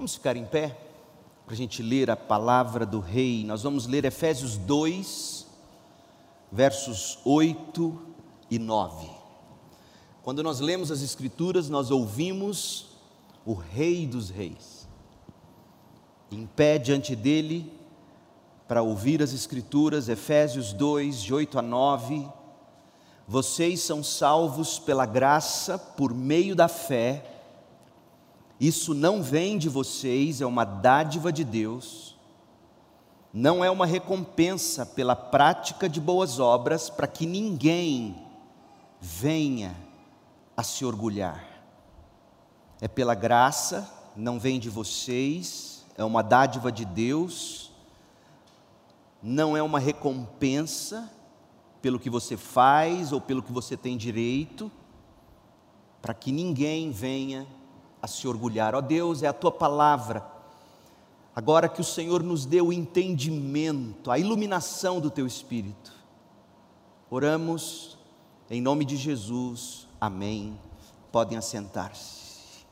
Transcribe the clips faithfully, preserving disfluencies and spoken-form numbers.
Vamos ficar em pé para a gente ler a palavra do Rei. Nós vamos ler Efésios dois, versos oito e nove. Quando nós lemos as Escrituras, nós ouvimos o Rei dos Reis. Em pé diante dele, para ouvir as Escrituras, Efésios dois, de oito a nove. Vocês são salvos pela graça, por meio da fé. Isso não vem de vocês, é uma dádiva de Deus. Não é uma recompensa pela prática de boas obras, para que ninguém venha a se orgulhar. É pela graça, não vem de vocês, é uma dádiva de Deus. Não é uma recompensa pelo que você faz ou pelo que você tem direito, para que ninguém venha a se orgulhar. Ó Deus, é a Tua palavra, agora que o Senhor nos deu o entendimento, a iluminação do Teu Espírito, oramos em nome de Jesus, amém. Podem assentar-se.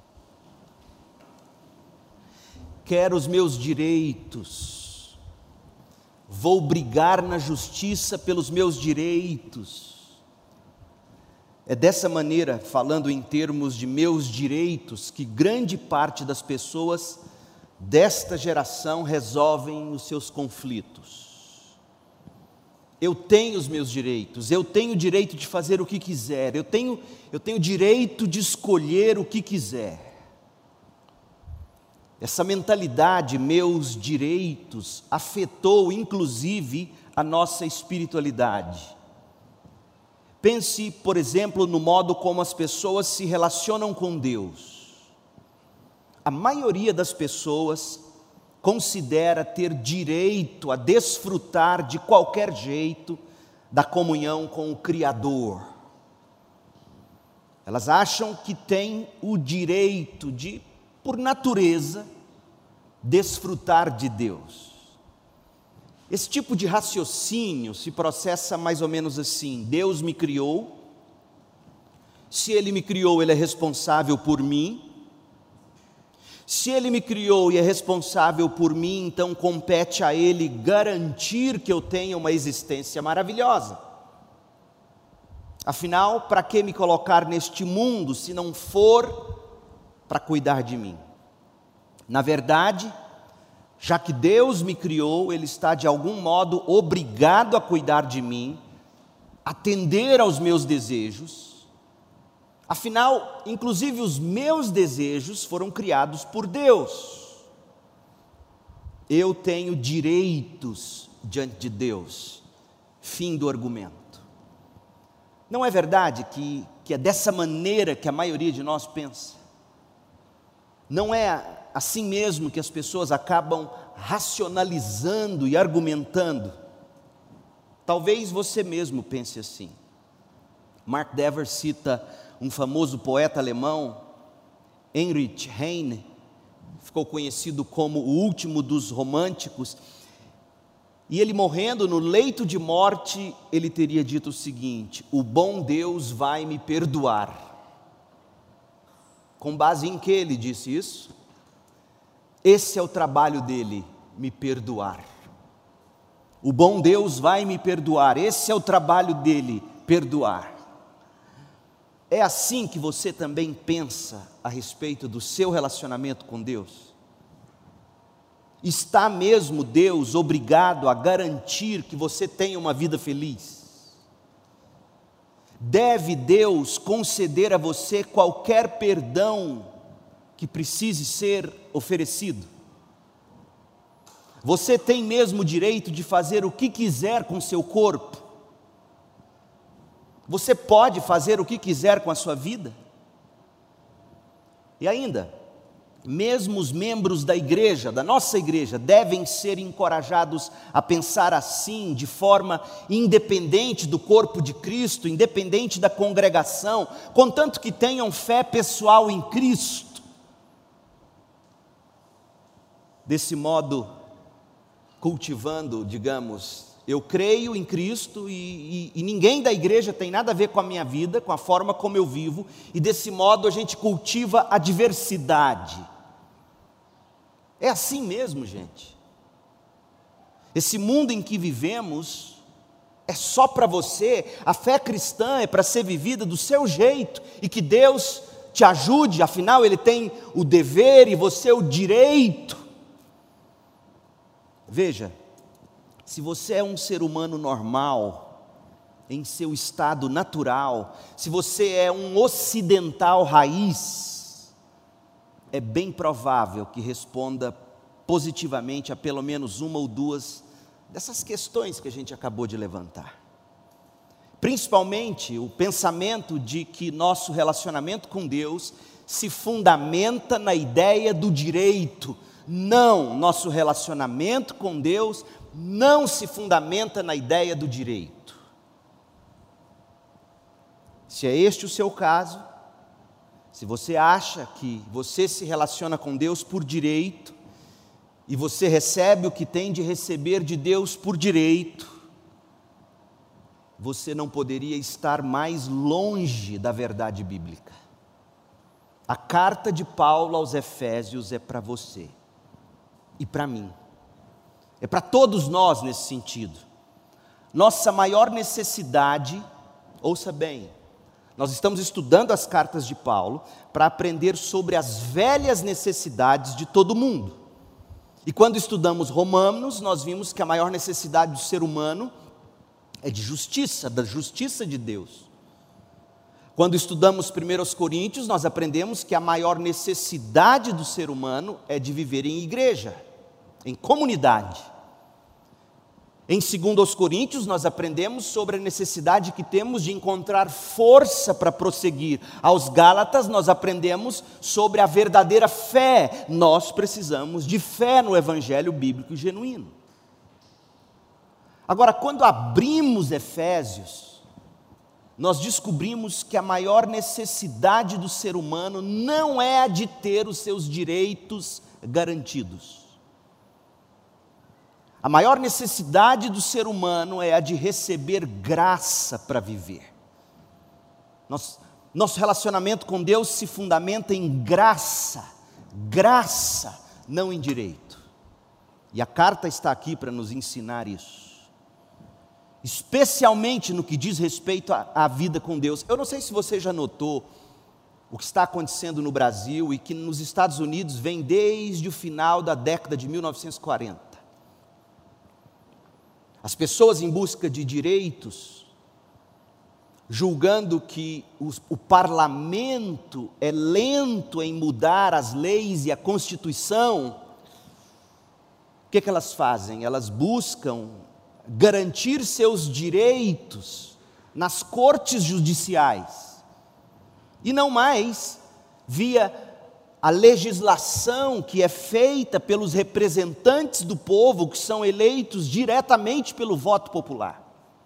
Quero os meus direitos, vou brigar na justiça pelos meus direitos. É dessa maneira, falando em termos de meus direitos, que grande parte das pessoas desta geração resolvem os seus conflitos. Eu tenho os meus direitos, eu tenho o direito de fazer o que quiser, eu tenho, eu tenho o direito de escolher o que quiser. Essa mentalidade, meus direitos, afetou inclusive a nossa espiritualidade. Pense, por exemplo, no modo como as pessoas se relacionam com Deus. A maioria das pessoas considera ter direito a desfrutar de qualquer jeito da comunhão com o Criador. Elas acham que têm o direito de, por natureza, desfrutar de Deus. Esse tipo de raciocínio se processa mais ou menos assim: Deus me criou, se Ele me criou, Ele é responsável por mim. Se Ele me criou e é responsável por mim, então compete a Ele garantir que eu tenha uma existência maravilhosa. Afinal, para que me colocar neste mundo se não for para cuidar de mim? Na verdade, já que Deus me criou, Ele está de algum modo obrigado a cuidar de mim, atender aos meus desejos. Afinal, inclusive os meus desejos foram criados por Deus. Eu tenho direitos diante de Deus. Fim do argumento. Não é verdade que, que é dessa maneira que a maioria de nós pensa? Não é assim mesmo que as pessoas acabam racionalizando e argumentando? Talvez você mesmo pense assim. Mark Dever cita um famoso poeta alemão, Heinrich Heine, ficou conhecido como o último dos românticos, e ele, morrendo no leito de morte, ele teria dito o seguinte: o bom Deus vai me perdoar. Com base em que ele disse isso? Esse é o trabalho dele, me perdoar. O bom Deus vai me perdoar, esse é o trabalho dele, perdoar. É assim que você também pensa a respeito do seu relacionamento com Deus? Está mesmo Deus obrigado a garantir que você tenha uma vida feliz? Deve Deus conceder a você qualquer perdão que precise ser oferecido? Você tem mesmo o direito de fazer o que quiser com seu corpo? Você pode fazer o que quiser com a sua vida? E ainda, mesmo os membros da igreja, da nossa igreja, devem ser encorajados a pensar assim, de forma independente do corpo de Cristo, independente da congregação, contanto que tenham fé pessoal em Cristo. Desse modo, cultivando, digamos, eu creio em Cristo e, e, e ninguém da igreja tem nada a ver com a minha vida, com a forma como eu vivo, e desse modo a gente cultiva a diversidade. É assim mesmo, gente. Esse mundo em que vivemos é só para você. A fé cristã é para ser vivida do seu jeito, e que Deus te ajude, afinal Ele tem o dever e você o direito. Veja, se você é um ser humano normal, em seu estado natural, se você é um ocidental raiz, é bem provável que responda positivamente a pelo menos uma ou duas dessas questões que a gente acabou de levantar. Principalmente o pensamento de que nosso relacionamento com Deus se fundamenta na ideia do direito. Não, nosso relacionamento com Deus não se fundamenta na ideia do direito. Se é este o seu caso, se você acha que você se relaciona com Deus por direito, e você recebe o que tem de receber de Deus por direito, você não poderia estar mais longe da verdade bíblica. A carta de Paulo aos Efésios é para você e para mim, é para todos nós nesse sentido. Nossa maior necessidade, ouça bem, nós estamos estudando as cartas de Paulo para aprender sobre as velhas necessidades de todo mundo. E quando estudamos Romanos, nós vimos que a maior necessidade do ser humano é de justiça, da justiça de Deus. Quando estudamos primeira Coríntios, nós aprendemos que a maior necessidade do ser humano é de viver em igreja, em comunidade. Em segunda Coríntios, nós aprendemos sobre a necessidade que temos de encontrar força para prosseguir. Aos Gálatas, nós aprendemos sobre a verdadeira fé. Nós precisamos de fé no Evangelho bíblico genuíno. Agora, quando abrimos Efésios, nós descobrimos que a maior necessidade do ser humano não é a de ter os seus direitos garantidos. A maior necessidade do ser humano é a de receber graça para viver. Nosso, nosso relacionamento com Deus se fundamenta em graça, graça, não em direito. E a carta está aqui para nos ensinar isso. Especialmente no que diz respeito à, à vida com Deus. Eu não sei se você já notou o que está acontecendo no Brasil e que nos Estados Unidos vem desde o final da década de mil novecentos e quarenta. As pessoas em busca de direitos, julgando que os, o parlamento é lento em mudar as leis e a Constituição, o que, que elas fazem? Elas buscam garantir seus direitos nas cortes judiciais, e não mais via a legislação que é feita pelos representantes do povo, que são eleitos diretamente pelo voto popular.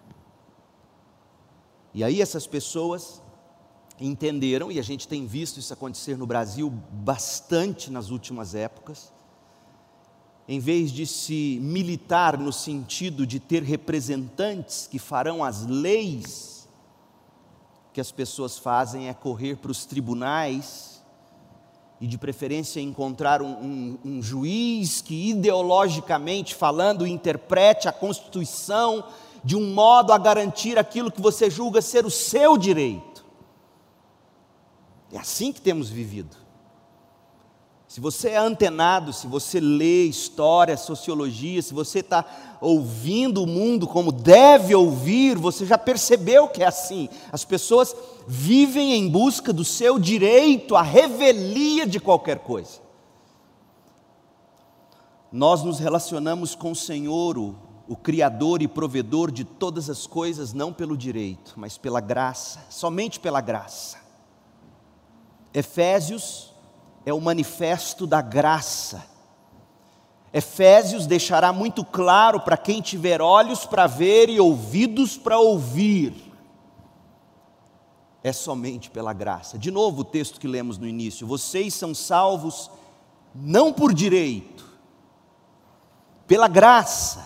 E aí essas pessoas entenderam, e a gente tem visto isso acontecer no Brasil bastante nas últimas épocas, em vez de se militar no sentido de ter representantes que farão as leis, o que as pessoas fazem é correr para os tribunais, e de preferência encontrar um, um, um juiz que ideologicamente falando interprete a Constituição de um modo a garantir aquilo que você julga ser o seu direito. É assim que temos vivido. Se você é antenado, se você lê história, sociologia, se você está ouvindo o mundo como deve ouvir, você já percebeu que é assim. As pessoas vivem em busca do seu direito à revelia de qualquer coisa. Nós nos relacionamos com o Senhor, o, o Criador e provedor de todas as coisas, não pelo direito, mas pela graça, somente pela graça. Efésios é o manifesto da graça. Efésios deixará muito claro para quem tiver olhos para ver e ouvidos para ouvir. É somente pela graça. De novo o texto que lemos no início. Vocês são salvos não por direito, pela graça.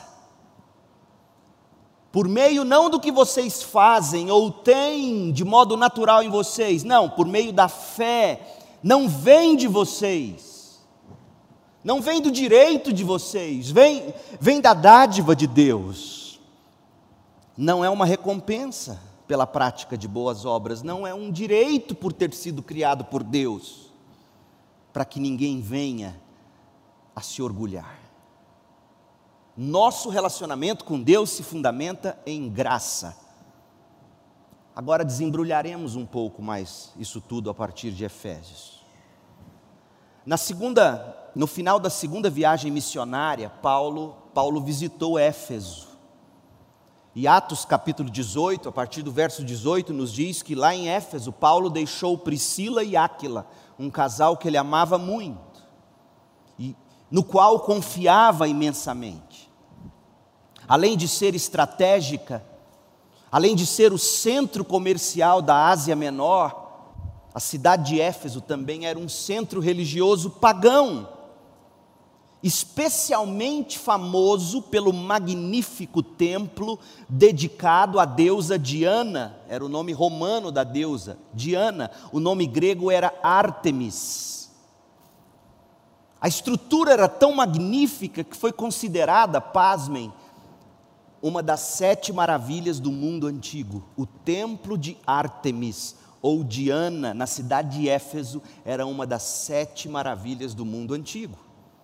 Por meio não do que vocês fazem ou têm de modo natural em vocês. Não, por meio da fé. Não vem de vocês, não vem do direito de vocês, vem, vem da dádiva de Deus. Não é uma recompensa pela prática de boas obras, não é um direito por ter sido criado por Deus, para que ninguém venha a se orgulhar. Nosso relacionamento com Deus se fundamenta em graça. Agora desembrulharemos um pouco mais isso tudo a partir de Efésios. Na segunda, no final da segunda viagem missionária, Paulo, Paulo visitou Éfeso. E Atos capítulo dezoito, a partir do verso dezoito, nos diz que lá em Éfeso, Paulo deixou Priscila e Áquila, um casal que ele amava muito, e no qual confiava imensamente. Além de ser estratégica, além de ser o centro comercial da Ásia Menor, a cidade de Éfeso também era um centro religioso pagão, especialmente famoso pelo magnífico templo dedicado à deusa Diana. Era o nome romano da deusa, Diana. O nome grego era Ártemis. A estrutura era tão magnífica que foi considerada, pasmem, uma das sete maravilhas do mundo antigo. O templo de Ártemis, ou Diana, na cidade de Éfeso, era uma das sete maravilhas do mundo antigo.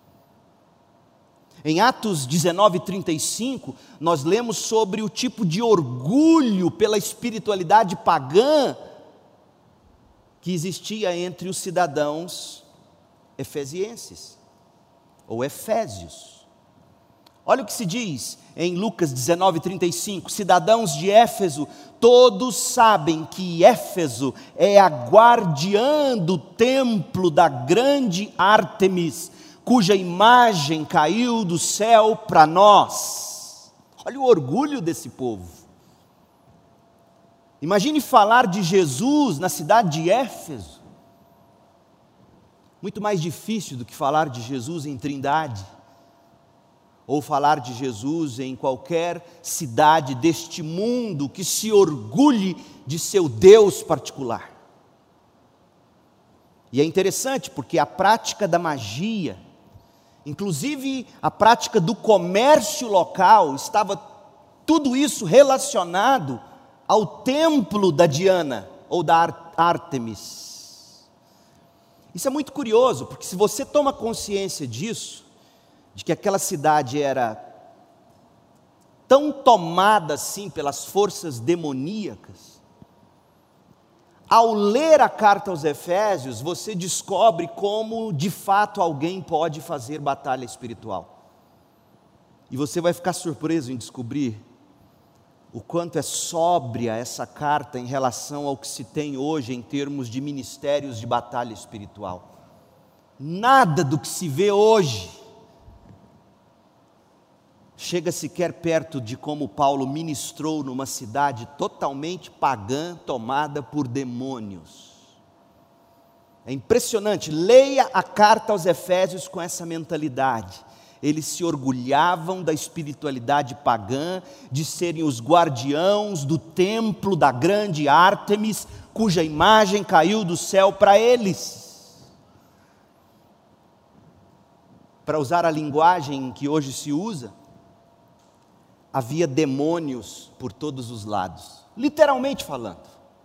Em Atos dezenove, trinta e cinco, nós lemos sobre o tipo de orgulho pela espiritualidade pagã que existia entre os cidadãos efesienses, ou efésios. Olha o que se diz em Lucas dezenove, trinta e cinco, cidadãos de Éfeso, todos sabem que Éfeso é a guardiã do templo da grande Ártemis, cuja imagem caiu do céu para nós. Olha o orgulho desse povo. Imagine falar de Jesus na cidade de Éfeso. Muito mais difícil do que falar de Jesus em Trindade, ou falar de Jesus em qualquer cidade deste mundo que se orgulhe de seu Deus particular. E é interessante porque a prática da magia, inclusive a prática do comércio local, estava tudo isso relacionado ao templo da Diana, ou da Ártemis. Isso é muito curioso, porque se você toma consciência disso, de que aquela cidade era tão tomada assim pelas forças demoníacas, ao ler a carta aos Efésios, você descobre como de fato alguém pode fazer batalha espiritual. E você vai ficar surpreso em descobrir o quanto é sóbria essa carta em relação ao que se tem hoje em termos de ministérios de batalha espiritual. Nada do que se vê hoje chega sequer perto de como Paulo ministrou numa cidade totalmente pagã, tomada por demônios. É impressionante, leia a carta aos Efésios com essa mentalidade. Eles se orgulhavam da espiritualidade pagã, de serem os guardiãos do templo da grande Ártemis, cuja imagem caiu do céu para eles. Para usar a linguagem que hoje se usa, havia demônios por todos os lados, literalmente falando.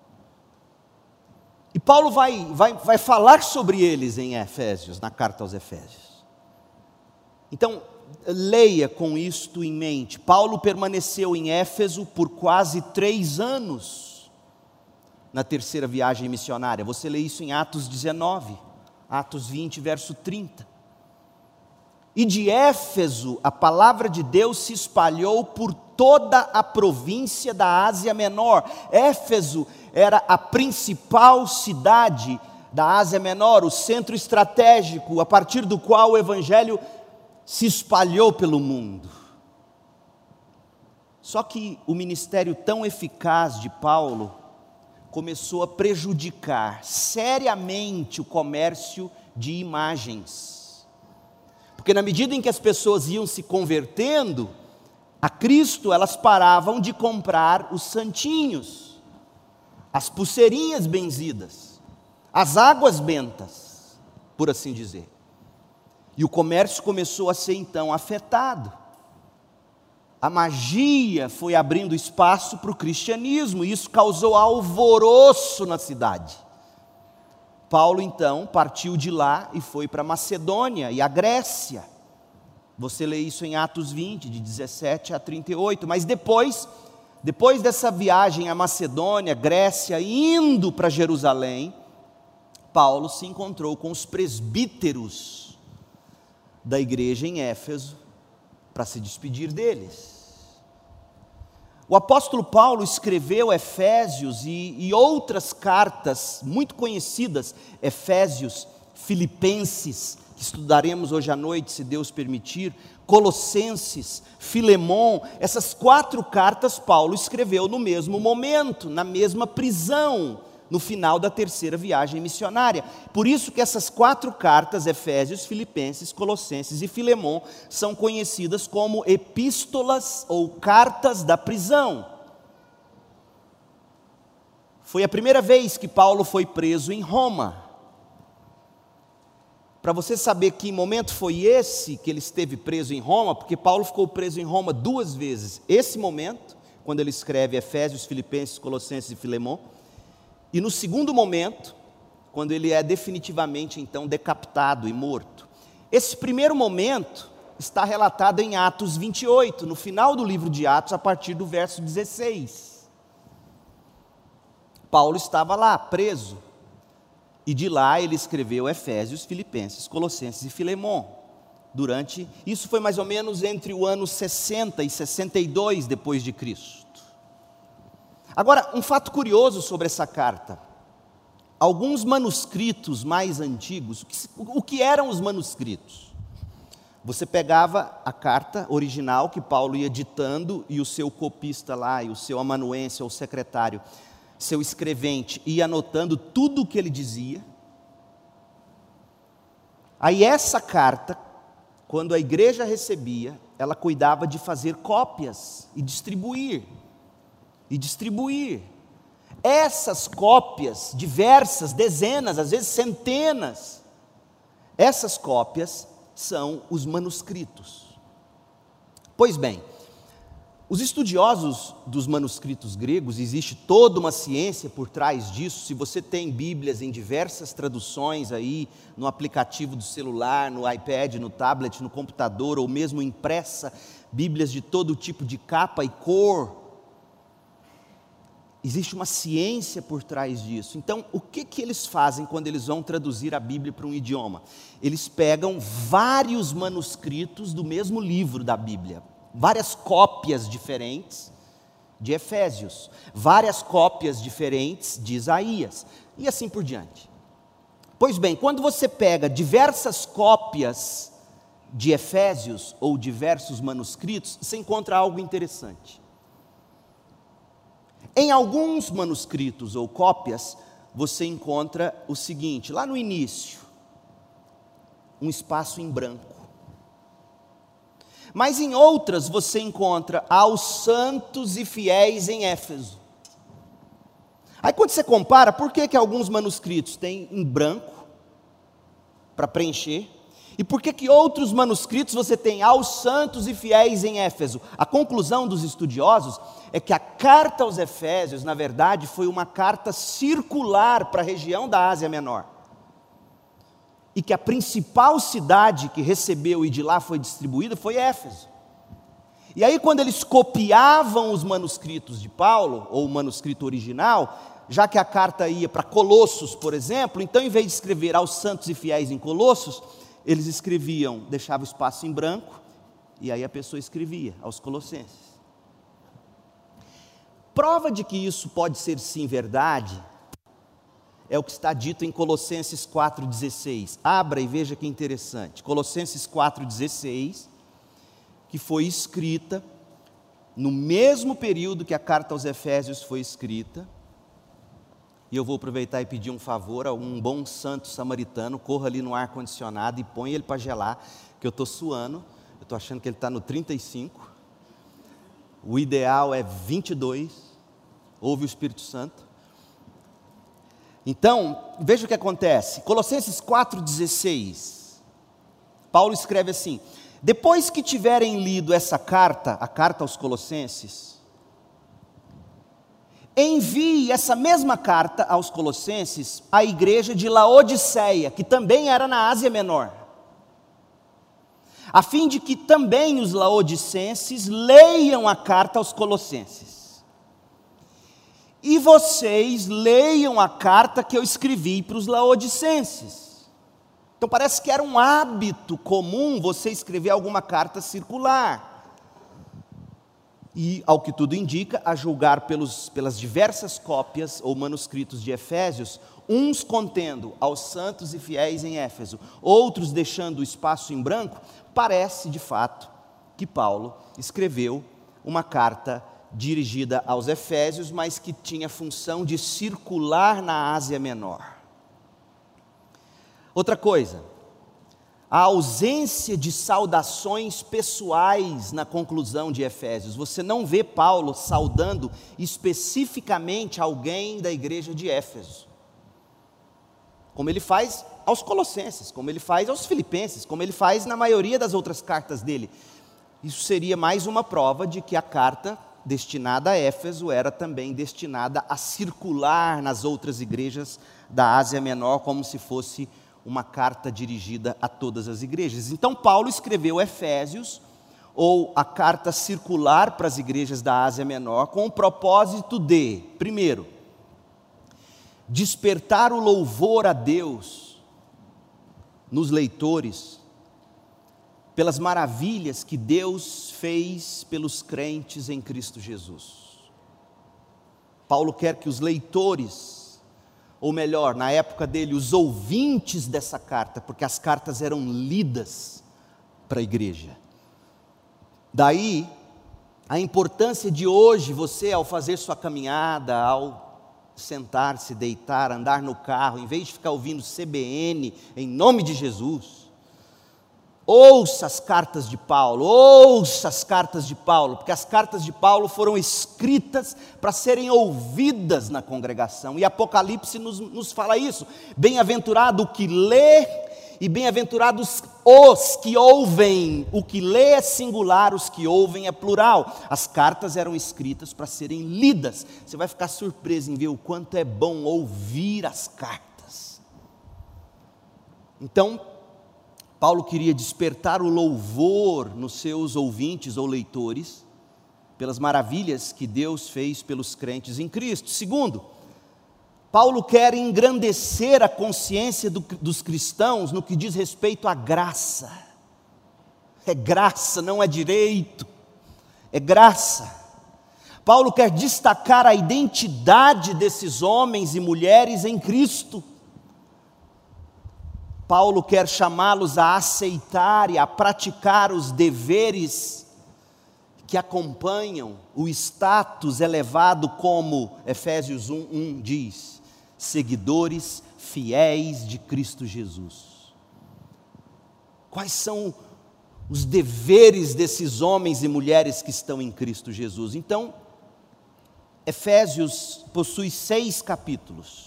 E Paulo vai, vai, vai falar sobre eles em Efésios, na carta aos Efésios. Então, leia com isto em mente. Paulo permaneceu em Éfeso por quase três anos, na terceira viagem missionária. Você lê isso em Atos dezenove, Atos vinte, verso trinta. E de Éfeso, a palavra de Deus se espalhou por toda a província da Ásia Menor. Éfeso era a principal cidade da Ásia Menor, o centro estratégico, a partir do qual o evangelho se espalhou pelo mundo. Só que o ministério tão eficaz de Paulo começou a prejudicar seriamente o comércio de imagens. Porque na medida em que as pessoas iam se convertendo a Cristo, elas paravam de comprar os santinhos, as pulseirinhas benzidas, as águas bentas, por assim dizer. E o comércio começou a ser então afetado. A magia foi abrindo espaço para o cristianismo, e isso causou alvoroço na cidade. Paulo então partiu de lá e foi para a Macedônia e a Grécia. Você lê isso em Atos vinte, de dezessete a trinta e oito. Mas depois, depois dessa viagem à Macedônia, Grécia, indo para Jerusalém, Paulo se encontrou com os presbíteros da igreja em Éfeso para se despedir deles. O apóstolo Paulo escreveu Efésios e, e outras cartas muito conhecidas, Efésios, Filipenses, que estudaremos hoje à noite, se Deus permitir, Colossenses, Filemon. Essas quatro cartas Paulo escreveu no mesmo momento, na mesma prisão, no final da terceira viagem missionária. Por isso que essas quatro cartas, Efésios, Filipenses, Colossenses e Filemon, são conhecidas como epístolas ou cartas da prisão. Foi a primeira vez que Paulo foi preso em Roma. Para você saber que momento foi esse que ele esteve preso em Roma, porque Paulo ficou preso em Roma duas vezes. Esse momento, quando ele escreve Efésios, Filipenses, Colossenses e Filemon, e no segundo momento, quando ele é definitivamente então decapitado e morto. Esse primeiro momento está relatado em Atos vinte e oito, no final do livro de Atos, a partir do verso dezesseis. Paulo estava lá, preso, e de lá ele escreveu Efésios, Filipenses, Colossenses e Filemon. Durante, isso foi mais ou menos entre o ano sessenta e sessenta e dois depois de Cristo. Agora, um fato curioso sobre essa carta. Alguns manuscritos mais antigos, o que, o que eram os manuscritos? Você pegava a carta original que Paulo ia ditando, e o seu copista lá, e o seu amanuense ou secretário, seu escrevente, ia anotando tudo o que ele dizia. Aí essa carta, quando a igreja recebia, ela cuidava de fazer cópias e distribuir. E distribuir. Essas cópias, diversas, dezenas, às vezes centenas, essas cópias são os manuscritos. Pois bem, os estudiosos dos manuscritos gregos, existe toda uma ciência por trás disso. Se você tem Bíblias em diversas traduções aí, no aplicativo do celular, no iPad, no tablet, no computador, ou mesmo impressa, Bíblias de todo tipo de capa e cor, existe uma ciência por trás disso. Então, o que, que eles fazem quando eles vão traduzir a Bíblia para um idioma? Eles pegam vários manuscritos do mesmo livro da Bíblia, várias cópias diferentes de Efésios, várias cópias diferentes de Isaías, e assim por diante. Pois bem, quando você pega diversas cópias de Efésios, ou diversos manuscritos, você encontra algo interessante. Em alguns manuscritos ou cópias, você encontra o seguinte, lá no início, um espaço em branco. Mas em outras você encontra aos santos e fiéis em Éfeso. Aí quando você compara, por que que alguns manuscritos têm em branco, para preencher, e por que que outros manuscritos você tem aos santos e fiéis em Éfeso? A conclusão dos estudiosos é que a carta aos Efésios, na verdade, foi uma carta circular para a região da Ásia Menor. E que a principal cidade que recebeu e de lá foi distribuída foi Éfeso. E aí quando eles copiavam os manuscritos de Paulo, ou o manuscrito original, já que a carta ia para Colossos, por exemplo, então em vez de escrever aos santos e fiéis em Colossos, eles escreviam, deixavam espaço em branco, e aí a pessoa escrevia aos Colossenses. Prova de que isso pode ser sim verdade, é o que está dito em Colossenses quatro, dezesseis. Abra e veja que interessante. Colossenses quatro, dezesseis, que foi escrita no mesmo período que a carta aos Efésios foi escrita. E eu vou aproveitar e pedir um favor a um bom santo samaritano, corra ali no ar-condicionado e põe ele para gelar, que eu estou suando, eu estou achando que ele está no trinta e cinco, o ideal é vinte e dois, ouve o Espírito Santo. Então, veja o que acontece, Colossenses quatro, dezesseis, Paulo escreve assim: depois que tiverem lido essa carta, a carta aos Colossenses, envie essa mesma carta aos Colossenses à igreja de Laodiceia, que também era na Ásia Menor, a fim de que também os laodicenses leiam a carta aos Colossenses. E vocês leiam a carta que eu escrevi para os laodicenses. Então parece que era um hábito comum você escrever alguma carta circular. E, ao que tudo indica, a julgar pelos, pelas diversas cópias ou manuscritos de Efésios, uns contendo aos santos e fiéis em Éfeso, outros deixando o espaço em branco, parece de fato que Paulo escreveu uma carta dirigida aos Efésios, mas que tinha função de circular na Ásia Menor. Outra coisa, a ausência de saudações pessoais na conclusão de Efésios. Você não vê Paulo saudando especificamente alguém da igreja de Éfeso, como ele faz aos Colossenses, como ele faz aos Filipenses, como ele faz na maioria das outras cartas dele. Isso seria mais uma prova de que a carta destinada a Éfeso era também destinada a circular nas outras igrejas da Ásia Menor, como se fosse uma carta dirigida a todas as igrejas. Então Paulo escreveu Efésios, ou a carta circular para as igrejas da Ásia Menor, com o propósito de, primeiro, despertar o louvor a Deus nos leitores, pelas maravilhas que Deus fez pelos crentes em Cristo Jesus. Paulo quer que os leitores, ou melhor, na época dele, os ouvintes dessa carta, porque as cartas eram lidas para a igreja. Daí, a importância de hoje, você ao fazer sua caminhada, ao sentar-se, deitar, andar no carro, em vez de ficar ouvindo C B N, em nome de Jesus, ouça as cartas de Paulo, ouça as cartas de Paulo, porque as cartas de Paulo foram escritas para serem ouvidas na congregação, e Apocalipse nos, nos fala isso. Bem-aventurado o que lê, e bem-aventurados os que ouvem. O que lê é singular, os que ouvem é plural. As cartas eram escritas para serem lidas. Você vai ficar surpreso em ver o quanto é bom ouvir as cartas. Então, Paulo queria despertar o louvor nos seus ouvintes ou leitores, pelas maravilhas que Deus fez pelos crentes em Cristo. Segundo, Paulo quer engrandecer a consciência do, dos cristãos no que diz respeito à graça. É graça, não é direito, é graça. Paulo quer destacar a identidade desses homens e mulheres em Cristo. Paulo quer chamá-los a aceitar e a praticar os deveres que acompanham o status elevado como Efésios um, um diz, seguidores fiéis de Cristo Jesus. Quais são os deveres desses homens e mulheres que estão em Cristo Jesus? Então, Efésios possui seis capítulos.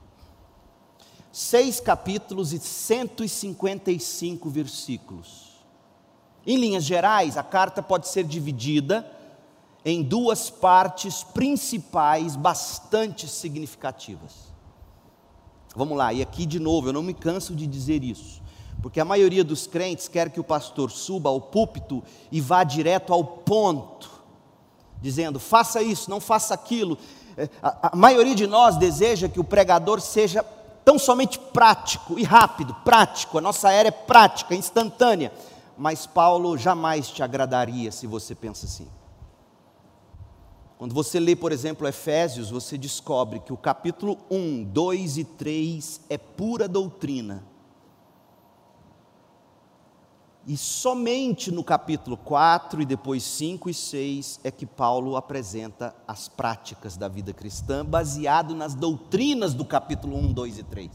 Seis capítulos e cento e cinquenta e cinco versículos. Em linhas gerais, a carta pode ser dividida em duas partes principais bastante significativas. Vamos lá, e aqui de novo, eu não me canso de dizer isso, porque a maioria dos crentes quer que o pastor suba ao púlpito e vá direto ao ponto, dizendo, faça isso, não faça aquilo. A, a maioria de nós deseja que o pregador seja tão somente prático e rápido, prático, a nossa era é prática, instantânea, mas Paulo jamais te agradaria se você pensa assim. Quando você lê, por exemplo, Efésios, você descobre que o capítulo um, dois e três é pura doutrina, e somente no capítulo quatro e depois cinco e seis é que Paulo apresenta as práticas da vida cristã, baseado nas doutrinas do capítulo um, dois e três.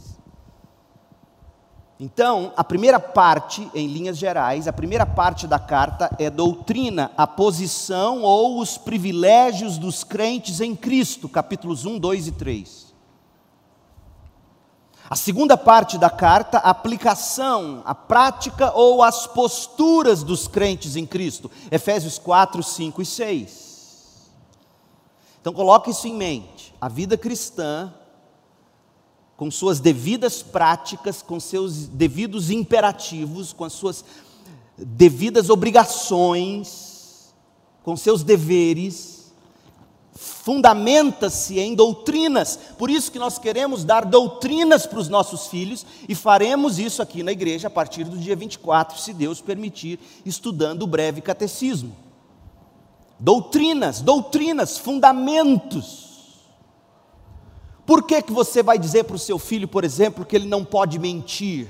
Então, a primeira parte, em linhas gerais, a primeira parte da carta é doutrina, a posição ou os privilégios dos crentes em Cristo, capítulos um, dois e três. A segunda parte da carta, a aplicação, a prática ou as posturas dos crentes em Cristo. Efésios quatro, cinco e seis. Então coloque isso em mente. A vida cristã, com suas devidas práticas, com seus devidos imperativos, com as suas devidas obrigações, com seus deveres, fundamenta-se em doutrinas. Por isso que nós queremos dar doutrinas para os nossos filhos, e faremos isso aqui na igreja a partir do dia vinte e quatro, se Deus permitir, estudando o breve catecismo. Doutrinas, doutrinas, fundamentos. Por que que você vai dizer para o seu filho, por exemplo, que ele não pode mentir?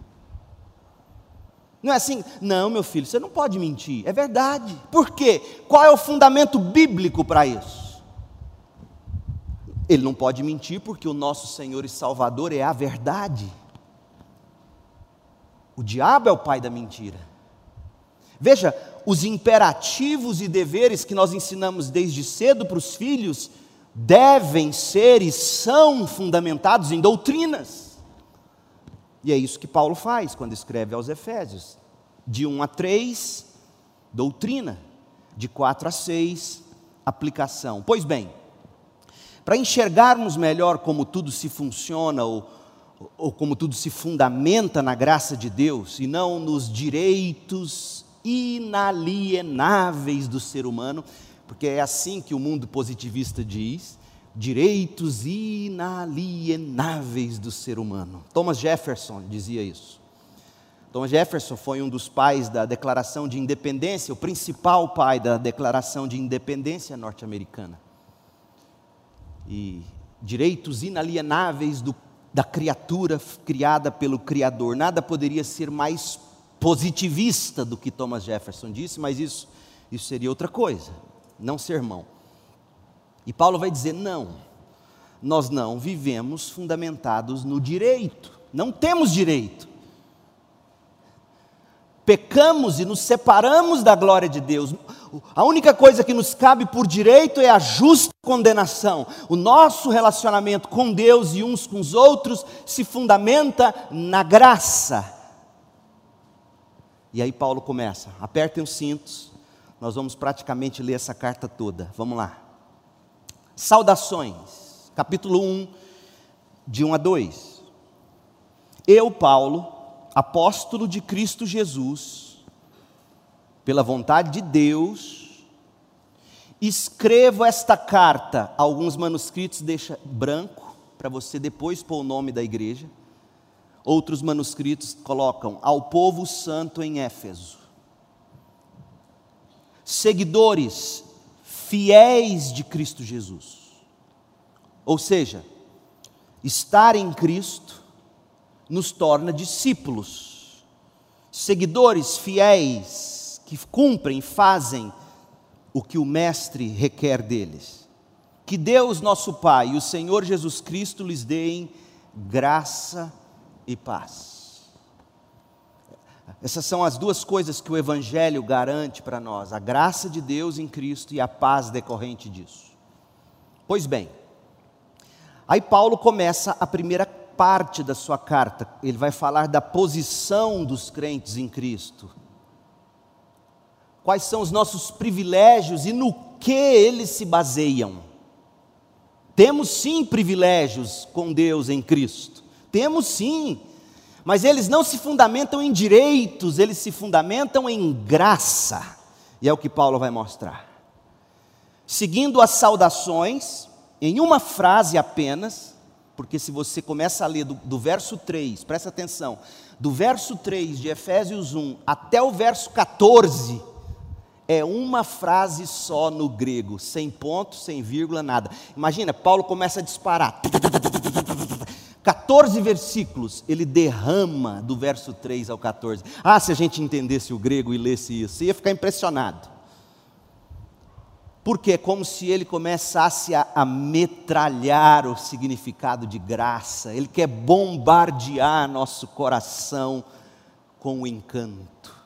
Não é assim, não, meu filho, você não pode mentir. É verdade. Por quê? Qual é o fundamento bíblico para isso? Ele não pode mentir porque o nosso Senhor e Salvador é a verdade. O diabo é o pai da mentira. Veja, os imperativos e deveres que nós ensinamos desde cedo para os filhos devem ser e são fundamentados em doutrinas. E é isso que Paulo faz quando escreve aos Efésios. De um a três, doutrina. De quatro a seis, aplicação. Pois bem, para enxergarmos melhor como tudo se funciona ou, ou como tudo se fundamenta na graça de Deus e não nos direitos inalienáveis do ser humano, porque é assim que o mundo positivista diz, direitos inalienáveis do ser humano. Thomas Jefferson dizia isso. Thomas Jefferson foi um dos pais da Declaração de Independência, o principal pai da Declaração de Independência norte-americana. E direitos inalienáveis do, da criatura criada pelo Criador. Nada poderia ser mais positivista do que Thomas Jefferson disse, mas isso, isso seria outra coisa, não sermão. E Paulo vai dizer, não, nós não vivemos fundamentados no direito, não temos direito. Pecamos e nos separamos da glória de Deus. A única coisa que nos cabe por direito é a justa condenação. O nosso relacionamento com Deus e uns com os outros se fundamenta na graça. E aí Paulo começa, apertem os cintos, nós vamos praticamente ler essa carta toda. Vamos lá. Saudações, capítulo um, de um a dois. Eu, Paulo, apóstolo de Cristo Jesus, pela vontade de Deus, escrevo esta carta. Alguns manuscritos deixam branco, para você depois pôr o nome da igreja. Outros manuscritos colocam, ao povo santo em Éfeso. Seguidores fiéis de Cristo Jesus. Ou seja, estar em Cristo nos torna discípulos, seguidores fiéis, que cumprem, fazem o que o Mestre requer deles. Que Deus nosso Pai e o Senhor Jesus Cristo lhes deem graça e paz. Essas são as duas coisas que o Evangelho garante para nós, a graça de Deus em Cristo e a paz decorrente disso. Pois bem, aí Paulo começa a primeira parte da sua carta, ele vai falar da posição dos crentes em Cristo. Quais são os nossos privilégios e no que eles se baseiam. Temos sim privilégios com Deus em Cristo, temos sim, mas eles não se fundamentam em direitos, eles se fundamentam em graça, e é o que Paulo vai mostrar. Seguindo as saudações, em uma frase apenas, porque se você começa a ler do, do verso três, presta atenção, do verso três de Efésios um até o verso quatorze, é uma frase só no grego, sem ponto, sem vírgula, nada. Imagina, Paulo começa a disparar, quatorze versículos, ele derrama do verso três ao quatorze. Ah, se a gente entendesse o grego e lesse isso, ia ficar impressionado. Porque é como se ele começasse a, a metralhar o significado de graça. Ele quer bombardear nosso coração com o encanto.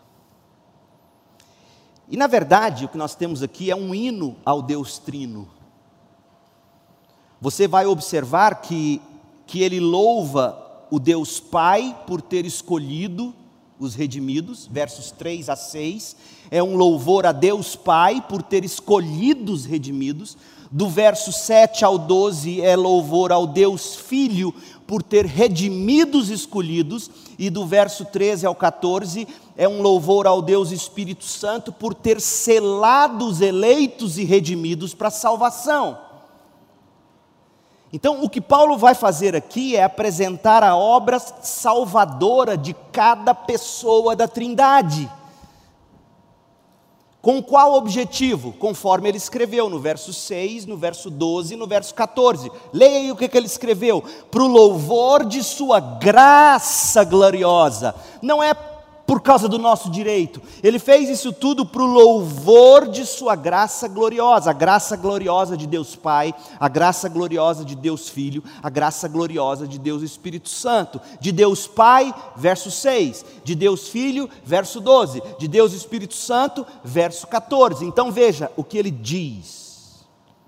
E na verdade, o que nós temos aqui é um hino ao Deus Trino. Você vai observar que, que ele louva o Deus Pai por ter escolhido os redimidos, versos três a seis, é um louvor a Deus Pai por ter escolhido os redimidos. Do verso sete ao doze é louvor ao Deus Filho por ter redimido os escolhidos, e do verso treze ao quatorze é um louvor ao Deus Espírito Santo por ter selado os eleitos e redimidos para a salvação. Então, o que Paulo vai fazer aqui é apresentar a obra salvadora de cada pessoa da Trindade. Com qual objetivo? Conforme ele escreveu no verso seis, no verso doze e no verso quatorze. Leia aí o que, que ele escreveu. Para o louvor de sua graça gloriosa. Não é por causa do nosso direito. Ele fez isso tudo para o louvor de sua graça gloriosa. A graça gloriosa de Deus Pai, a graça gloriosa de Deus Filho, a graça gloriosa de Deus Espírito Santo. De Deus Pai, verso seis. De Deus Filho, verso doze. De Deus Espírito Santo, verso quatorze. Então veja o que ele diz.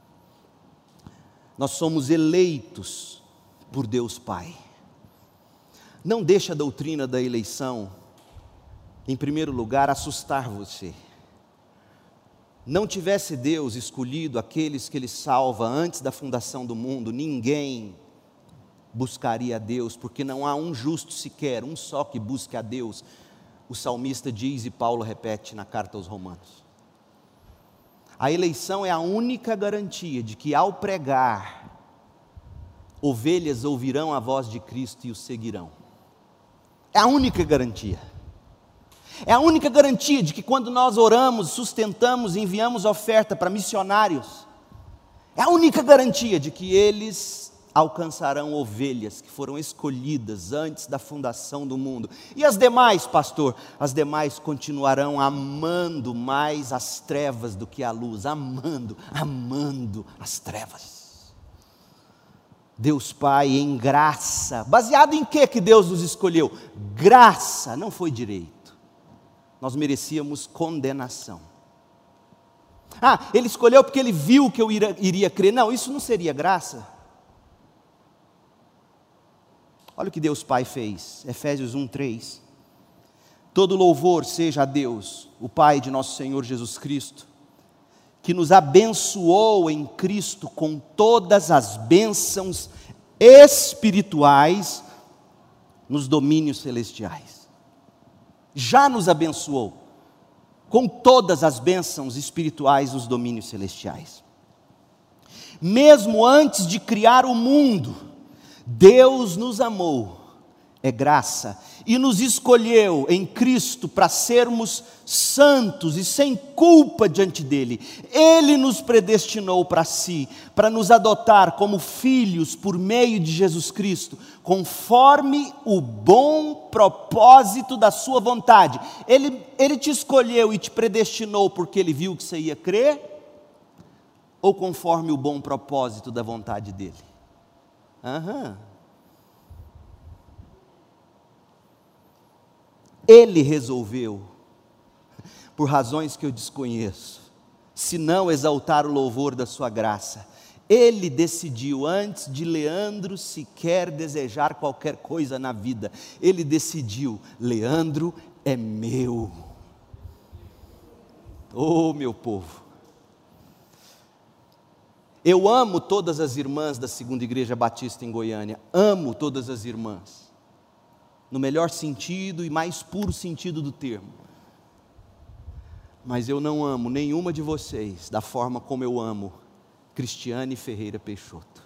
Nós somos eleitos por Deus Pai. Não deixe a doutrina da eleição, em primeiro lugar, assustar você. Não tivesse Deus escolhido aqueles que Ele salva antes da fundação do mundo, ninguém buscaria a Deus, porque não há um justo sequer, um só que busque a Deus. O salmista diz e Paulo repete na carta aos Romanos. A eleição é a única garantia de que ao pregar, ovelhas ouvirão a voz de Cristo e o seguirão. É a única garantia. É a única garantia de que quando nós oramos, sustentamos, enviamos oferta para missionários, é a única garantia de que eles alcançarão ovelhas que foram escolhidas antes da fundação do mundo. E as demais, pastor? As demais continuarão amando mais as trevas do que a luz, amando, amando as trevas. Deus Pai em graça, baseado em que que Deus nos escolheu? Graça, não foi direito. Nós merecíamos condenação. Ah, ele escolheu porque ele viu que eu iria, iria crer. Não, isso não seria graça. Olha o que Deus Pai fez, Efésios um, três. Todo louvor seja a Deus, o Pai de nosso Senhor Jesus Cristo, que nos abençoou em Cristo com todas as bênçãos espirituais nos domínios celestiais. Já nos abençoou com todas as bênçãos espirituais nos domínios celestiais. Mesmo antes de criar o mundo, Deus nos amou, é graça, e nos escolheu em Cristo para sermos santos e sem culpa diante dEle. Ele nos predestinou para si, para nos adotar como filhos por meio de Jesus Cristo, conforme o bom propósito da sua vontade. Ele, ele te escolheu e te predestinou porque Ele viu que você ia crer? Ou conforme o bom propósito da vontade dEle? Aham. Ele resolveu, por razões que eu desconheço, se não exaltar o louvor da sua graça. Ele decidiu, antes de Leandro sequer desejar qualquer coisa na vida, ele decidiu: Leandro é meu. Oh, meu povo, eu amo todas as irmãs da Segunda Igreja Batista em Goiânia, amo todas as irmãs, no melhor sentido e mais puro sentido do termo. Mas eu não amo nenhuma de vocês da forma como eu amo Cristiane Ferreira Peixoto.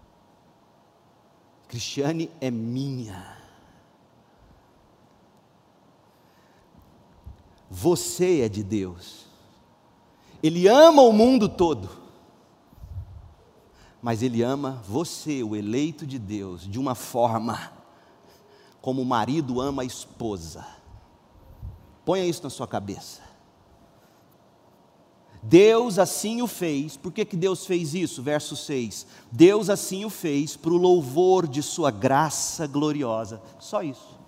Cristiane é minha. Você é de Deus. Ele ama o mundo todo, mas Ele ama você, o eleito de Deus, de uma forma como o marido ama a esposa. Ponha isso na sua cabeça. Deus assim o fez. Por que que Deus fez isso? Verso seis. Deus assim o fez para o louvor de sua graça gloriosa. Só isso.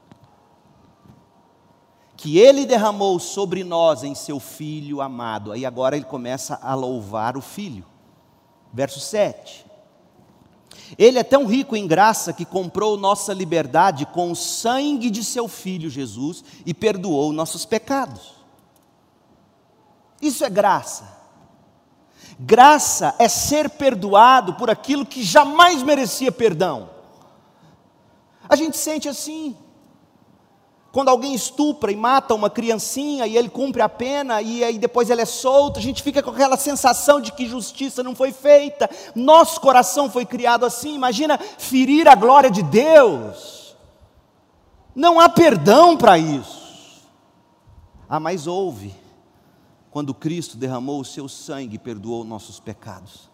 Que Ele derramou sobre nós em seu Filho amado. Aí agora ele começa a louvar o Filho. Verso sete. Ele é tão rico em graça que comprou nossa liberdade com o sangue de seu Filho Jesus e perdoou nossos pecados. Isso é graça. Graça é ser perdoado por aquilo que jamais merecia perdão. A gente sente assim. Quando alguém estupra e mata uma criancinha e ele cumpre a pena e aí depois ele é solto, a gente fica com aquela sensação de que justiça não foi feita. Nosso coração foi criado assim. Imagina ferir a glória de Deus. Não há perdão para isso. Ah, mas houve, quando Cristo derramou o seu sangue e perdoou nossos pecados.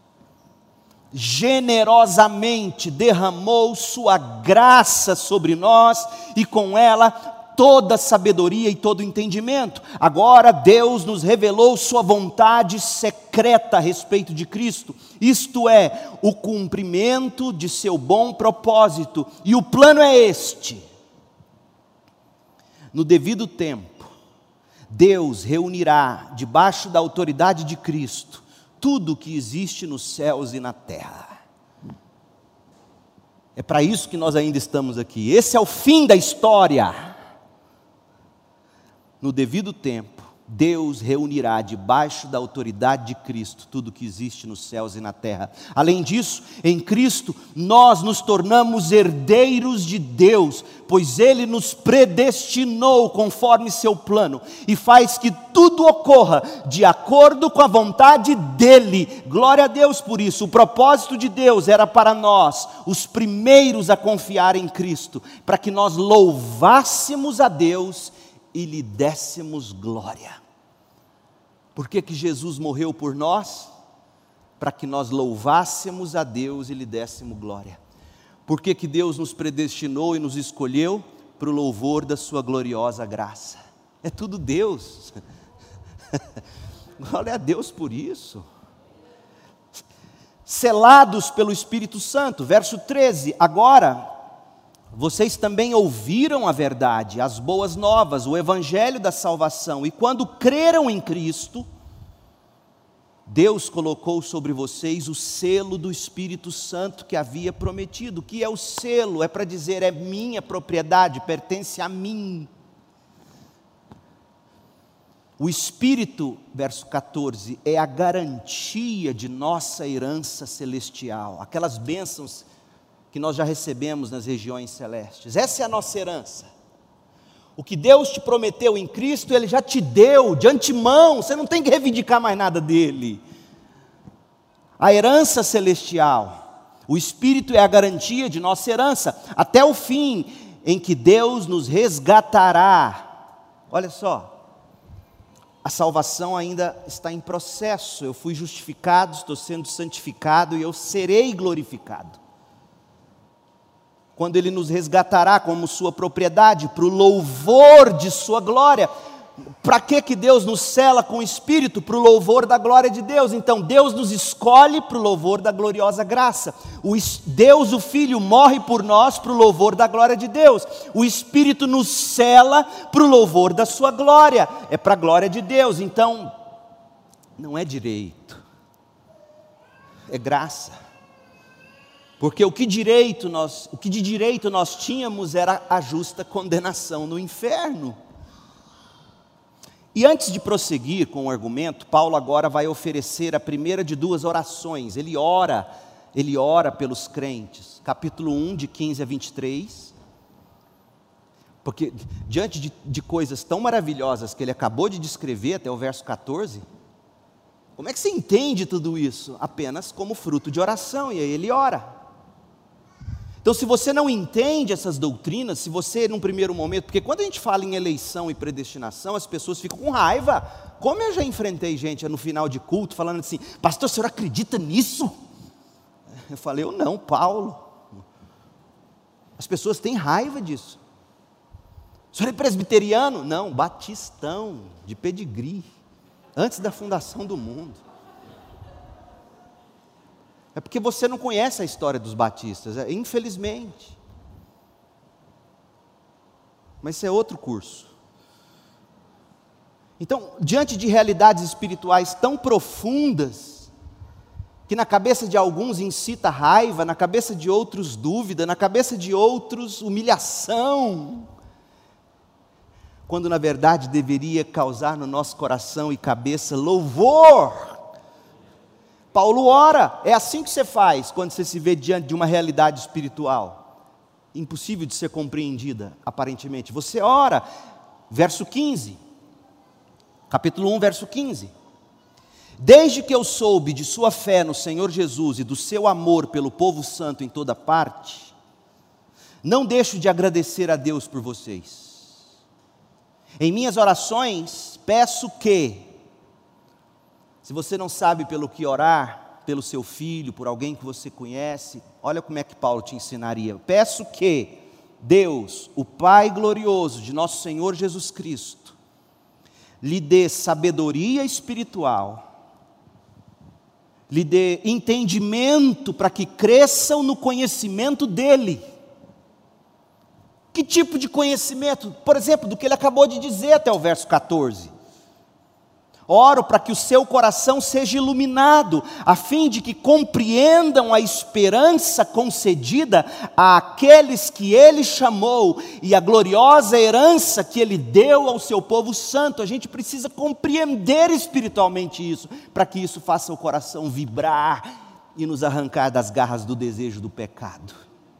Generosamente derramou sua graça sobre nós e com ela toda sabedoria e todo entendimento. Agora Deus nos revelou sua vontade secreta a respeito de Cristo, isto é, o cumprimento de seu bom propósito, e o plano é este: no devido tempo, Deus reunirá debaixo da autoridade de Cristo tudo o que existe nos céus e na terra. É para isso que nós ainda estamos aqui. Esse é o fim da história. No devido tempo, Deus reunirá debaixo da autoridade de Cristo tudo o que existe nos céus e na terra. Além disso, em Cristo, nós nos tornamos herdeiros de Deus, pois Ele nos predestinou conforme seu plano, e faz que tudo ocorra de acordo com a vontade dEle. Glória a Deus por isso. O propósito de Deus era para nós, os primeiros a confiar em Cristo, para que nós louvássemos a Deus e lhe dessemos glória. Por que que Jesus morreu por nós? Para que nós louvássemos a Deus e lhe dessemos glória. Por que que Deus nos predestinou e nos escolheu? Para o louvor da sua gloriosa graça. É tudo Deus. Glória a Deus por isso. Selados pelo Espírito Santo, verso treze, agora vocês também ouviram a verdade, as boas novas, o evangelho da salvação, e quando creram em Cristo, Deus colocou sobre vocês o selo do Espírito Santo que havia prometido. O que é o selo? É para dizer, é minha propriedade, pertence a mim. O Espírito, verso quatorze, é a garantia de nossa herança celestial, aquelas bênçãos que nós já recebemos nas regiões celestes. Essa é a nossa herança. O que Deus te prometeu em Cristo, Ele já te deu de antemão, você não tem que reivindicar mais nada dEle. A herança celestial, o Espírito é a garantia de nossa herança, até o fim em que Deus nos resgatará. Olha só, a salvação ainda está em processo. Eu fui justificado, estou sendo santificado e eu serei glorificado. Quando Ele nos resgatará como sua propriedade, para o louvor de sua glória. Para que que Deus nos sela com o Espírito? Para o louvor da glória de Deus. Então Deus nos escolhe para o louvor da gloriosa graça. O Deus, o Filho, morre por nós para o louvor da glória de Deus. O Espírito nos sela para o louvor da sua glória. É para a glória de Deus. Então, não é direito, é graça. Porque o que, direito nós, o que de direito nós tínhamos era a justa condenação no inferno. E antes de prosseguir com o argumento, Paulo agora vai oferecer a primeira de duas orações. Ele ora, ele ora pelos crentes. Capítulo um, de quinze a vinte e três. Porque diante de, de coisas tão maravilhosas que ele acabou de descrever até o verso quatorze, como é que você entende tudo isso? Apenas como fruto de oração, e aí ele ora. Então, se você não entende essas doutrinas, se você num primeiro momento, porque quando a gente fala em eleição e predestinação, as pessoas ficam com raiva. Como eu já enfrentei gente no final de culto falando assim: pastor, o senhor acredita nisso? Eu falei, eu não, Paulo. As pessoas têm raiva disso. O senhor é presbiteriano? Não, batistão, de pedigree, antes da fundação do mundo. É porque você não conhece a história dos batistas, infelizmente. Mas isso é outro curso. Então, diante de realidades espirituais tão profundas, que na cabeça de alguns incita raiva, na cabeça de outros dúvida, na cabeça de outros humilhação, quando na verdade deveria causar no nosso coração e cabeça louvor. Paulo ora, é assim que você faz quando você se vê diante de uma realidade espiritual, impossível de ser compreendida, aparentemente. Você ora, verso quinze, capítulo um, verso quinze. Desde que eu soube de sua fé no Senhor Jesus e do seu amor pelo povo santo em toda parte, não deixo de agradecer a Deus por vocês. Em minhas orações, peço que, se você não sabe pelo que orar, pelo seu filho, por alguém que você conhece, olha como é que Paulo te ensinaria. Peço que Deus, o Pai glorioso de nosso Senhor Jesus Cristo, lhe dê sabedoria espiritual, lhe dê entendimento para que cresçam no conhecimento dEle. Que tipo de conhecimento? Por exemplo, do que ele acabou de dizer até o verso quatorze. Oro para que o seu coração seja iluminado, a fim de que compreendam a esperança concedida àqueles que ele chamou e a gloriosa herança que ele deu ao seu povo santo. A gente precisa compreender espiritualmente isso, para que isso faça o coração vibrar e nos arrancar das garras do desejo do pecado.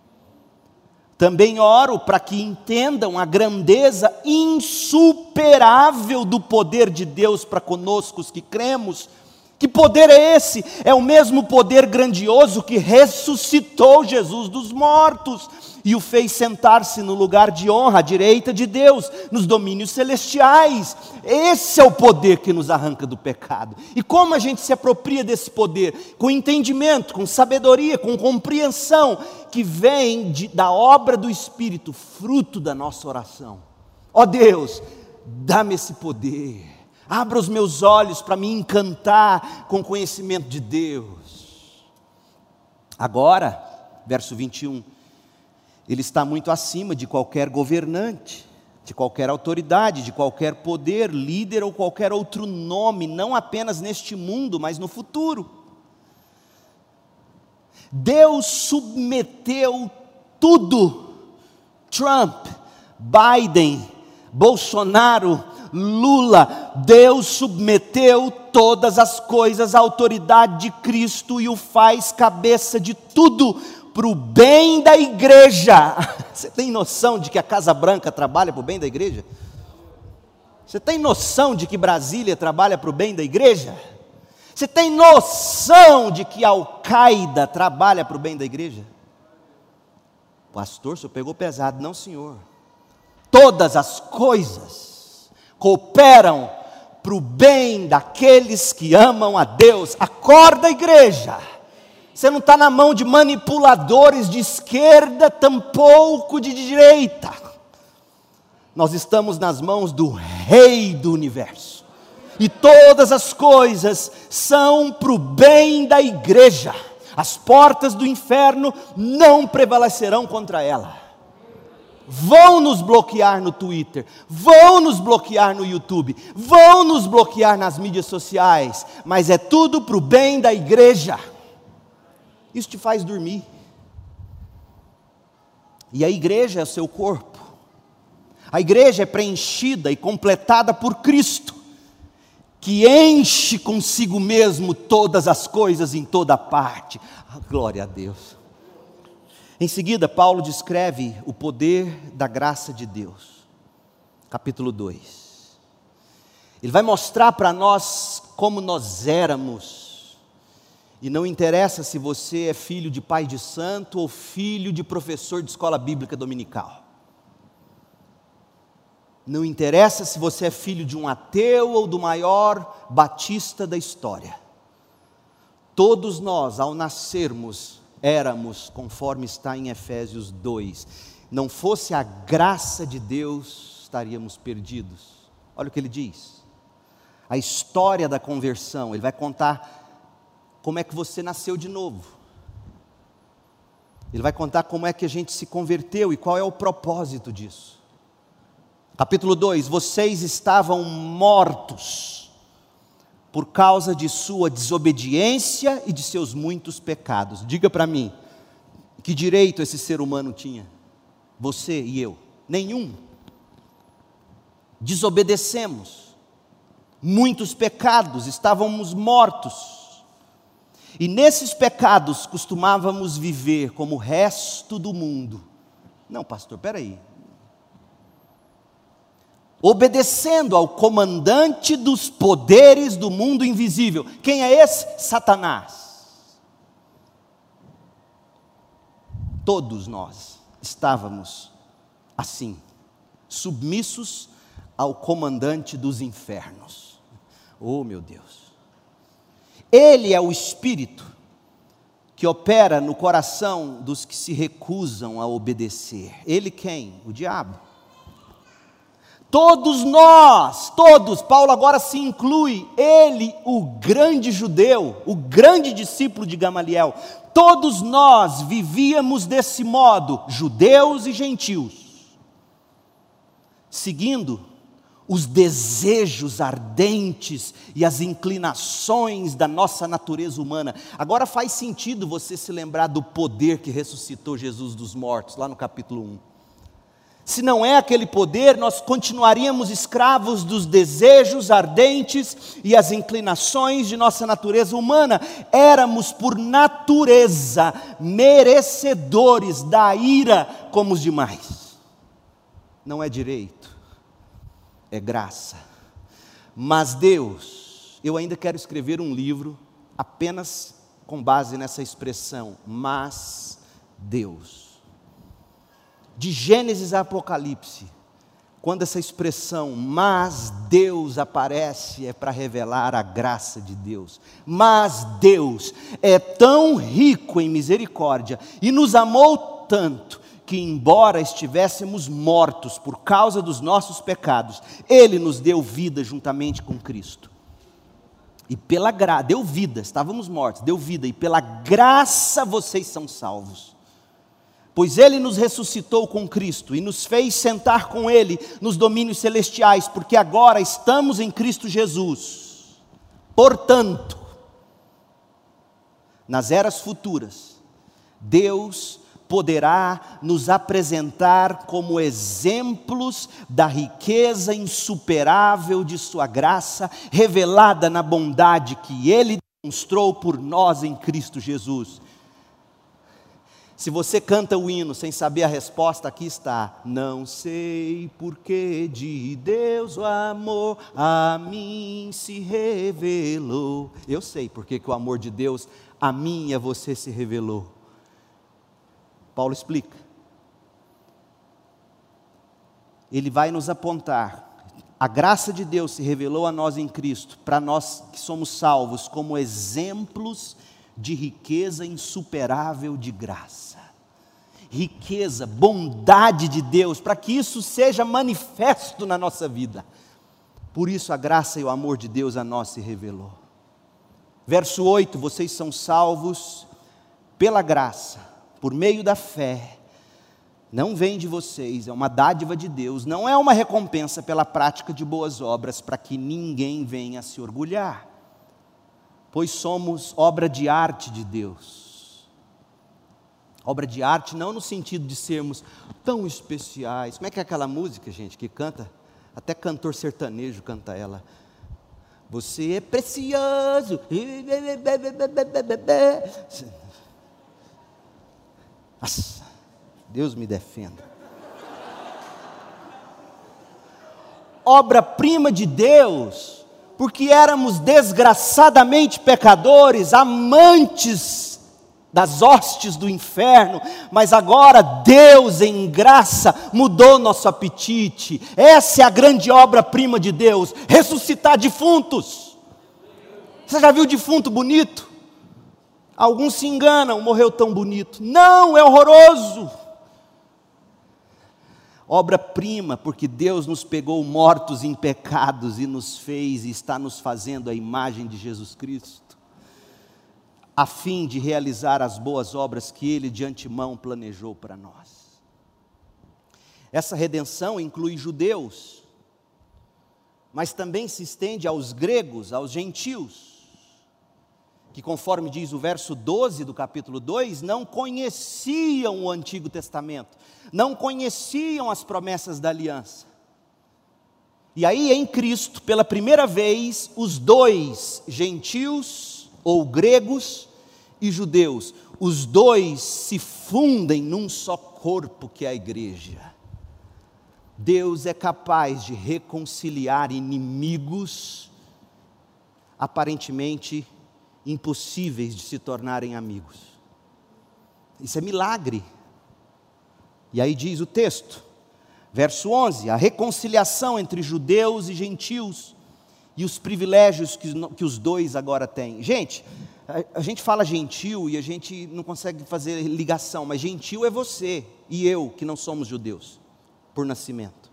Também oro para que entendam a grandeza insuperável do poder de Deus para conosco os que cremos. Que poder é esse? É o mesmo poder grandioso que ressuscitou Jesus dos mortos e o fez sentar-se no lugar de honra à direita de Deus, nos domínios celestiais. Esse é o poder que nos arranca do pecado. E como a gente se apropria desse poder? Com entendimento, com sabedoria, com compreensão, que vem de, da obra do Espírito, fruto da nossa oração. Ó Deus, dá-me esse poder, abra os meus olhos para me encantar com o conhecimento de Deus. Agora, verso vinte e um, ele está muito acima de qualquer governante, de qualquer autoridade, de qualquer poder, líder ou qualquer outro nome, não apenas neste mundo, mas no futuro. Deus submeteu tudo, Trump, Biden, Bolsonaro, Lula, Deus submeteu todas as coisas à autoridade de Cristo e o faz cabeça de tudo, para o bem da igreja. Você tem noção de que a Casa Branca trabalha para o bem da igreja? Você tem noção de que Brasília trabalha para o bem da igreja? Você tem noção de que a Al-Qaeda trabalha para o bem da igreja? Pastor, o senhor pegou pesado. Não, senhor. Todas as coisas cooperam para o bem daqueles que amam a Deus. Acorda, igreja. Você não está na mão de manipuladores de esquerda, tampouco de direita. Nós estamos nas mãos do Rei do Universo. E todas as coisas são para o bem da igreja. As portas do inferno não prevalecerão contra ela. Vão nos bloquear no Twitter, vão nos bloquear no YouTube, vão nos bloquear nas mídias sociais, mas é tudo para o bem da igreja. Isso te faz dormir. E a igreja é o seu corpo. A igreja é preenchida e completada por Cristo, que enche consigo mesmo todas as coisas em toda parte. Ah, glória a Deus. Em seguida, Paulo descreve o poder da graça de Deus. Capítulo dois. Ele vai mostrar para nós como nós éramos. E não interessa se você é filho de pai de santo ou filho de professor de escola bíblica dominical. Não interessa se você é filho de um ateu ou do maior batista da história. Todos nós, ao nascermos, éramos, conforme está em Efésios dois. Não fosse a graça de Deus, estaríamos perdidos. Olha o que ele diz. A história da conversão, ele vai contar como é que você nasceu de novo. Ele vai contar como é que a gente se converteu e qual é o propósito disso. Capítulo dois, vocês estavam mortos por causa de sua desobediência e de seus muitos pecados. Diga para mim, que direito esse ser humano tinha? Você e eu? Nenhum. Desobedecemos, muitos pecados, estávamos mortos. E nesses pecados costumávamos viver como o resto do mundo. Não, pastor, peraí. Obedecendo ao comandante dos poderes do mundo invisível. Quem é esse? Satanás. Todos nós estávamos assim, submissos ao comandante dos infernos. Oh, meu Deus. Ele é o Espírito que opera no coração dos que se recusam a obedecer. Ele quem? O diabo. Todos nós, todos, Paulo agora se inclui, ele, o grande judeu, o grande discípulo de Gamaliel, todos nós vivíamos desse modo, judeus e gentios, seguindo os desejos ardentes e as inclinações da nossa natureza humana. Agora faz sentido você se lembrar do poder que ressuscitou Jesus dos mortos, lá no capítulo um. Se não é aquele poder, nós continuaríamos escravos dos desejos ardentes e as inclinações de nossa natureza humana. Éramos, por natureza, merecedores da ira como os demais. Não é direito, é graça. Mas Deus, eu ainda quero escrever um livro apenas com base nessa expressão, mas Deus. De Gênesis a Apocalipse, quando essa expressão, mas Deus, aparece, é para revelar a graça de Deus. Mas Deus é tão rico em misericórdia e nos amou tanto, que embora estivéssemos mortos por causa dos nossos pecados, Ele nos deu vida juntamente com Cristo. E pela graça, deu vida, estávamos mortos, deu vida, e pela graça vocês são salvos. Pois Ele nos ressuscitou com Cristo e nos fez sentar com Ele nos domínios celestiais, porque agora estamos em Cristo Jesus. Portanto, nas eras futuras, Deus poderá nos apresentar como exemplos da riqueza insuperável de sua graça, revelada na bondade que Ele demonstrou por nós em Cristo Jesus. Se você canta o hino sem saber a resposta, aqui está. Não sei porque de Deus o amor a mim se revelou. Eu sei porque que o amor de Deus a mim e a você se revelou. Paulo explica. Ele vai nos apontar. A graça de Deus se revelou a nós em Cristo, para nós que somos salvos, como exemplos de riqueza insuperável de graça. Riqueza, bondade de Deus, para que isso seja manifesto na nossa vida. Por isso a graça e o amor de Deus a nós se revelou. Verso oito, vocês são salvos pela graça, por meio da fé. Não vem de vocês, é uma dádiva de Deus, não é uma recompensa pela prática de boas obras, para que ninguém venha a se orgulhar. Pois somos obra de arte de Deus. Obra de arte não no sentido de sermos tão especiais. Como é que é aquela música, gente, que canta? Até cantor sertanejo canta ela. Você é precioso. Nossa, Deus me defenda. Obra-prima de Deus, porque éramos desgraçadamente pecadores, amantes das hostes do inferno, mas agora Deus em graça mudou nosso apetite. Essa é a grande obra-prima de Deus, ressuscitar defuntos. Você já viu defunto bonito? Alguns se enganam, morreu tão bonito. Não, é horroroso. Obra-prima, porque Deus nos pegou mortos em pecados e nos fez e está nos fazendo a imagem de Jesus Cristo, a fim de realizar as boas obras que Ele de antemão planejou para nós. Essa redenção inclui judeus, mas também se estende aos gregos, aos gentios, que conforme diz o verso doze do capítulo dois, não conheciam o Antigo Testamento, não conheciam as promessas da aliança. E aí em Cristo, pela primeira vez, os dois, gentios ou gregos e judeus, os dois se fundem num só corpo que é a igreja. Deus é capaz de reconciliar inimigos aparentemente impossíveis de se tornarem amigos. Isso é milagre. E aí diz o texto, verso onze, a reconciliação entre judeus e gentios e os privilégios que, que os dois agora têm. Gente, a, a gente fala gentil e a gente não consegue fazer ligação, mas gentil é você e eu que não somos judeus por nascimento.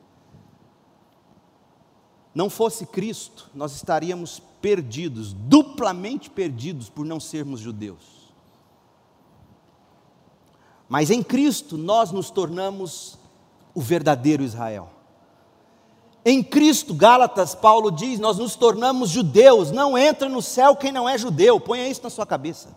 Não fosse Cristo, nós estaríamos perdidos, duplamente perdidos por não sermos judeus. Mas em Cristo nós nos tornamos o verdadeiro Israel. Em Cristo, Gálatas, Paulo diz, nós nos tornamos judeus. Não entra no céu quem não é judeu, ponha isso na sua cabeça.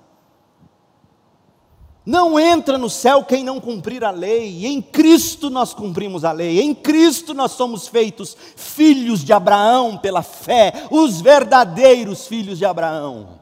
Não entra no céu quem não cumprir a lei. Em Cristo nós cumprimos a lei. Em Cristo nós somos feitos filhos de Abraão pela fé, os verdadeiros filhos de Abraão.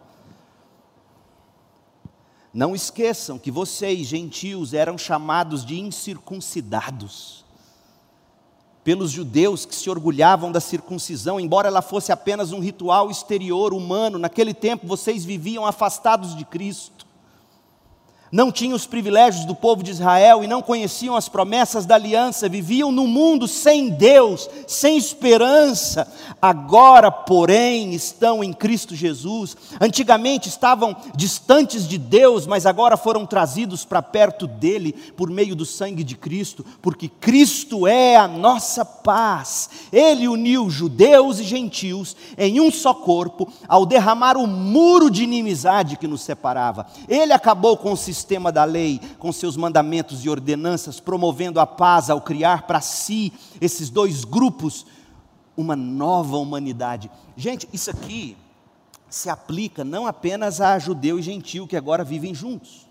Não esqueçam que vocês, gentios, eram chamados de incircuncidados pelos judeus que se orgulhavam da circuncisão, embora ela fosse apenas um ritual exterior humano. Naquele tempo vocês viviam afastados de Cristo. Não tinham os privilégios do povo de Israel e não conheciam as promessas da aliança, viviam no mundo sem Deus, sem esperança. Agora, porém, estão em Cristo Jesus. Antigamente estavam distantes de Deus, mas agora foram trazidos para perto dele por meio do sangue de Cristo, porque Cristo é a nossa paz. Ele uniu judeus e gentios em um só corpo, ao derramar o muro de inimizade que nos separava. Ele acabou com o sistema da lei, com seus mandamentos e ordenanças, promovendo a paz ao criar para si, esses dois grupos, uma nova humanidade. Gente, isso aqui se aplica não apenas a judeu e gentio que agora vivem juntos.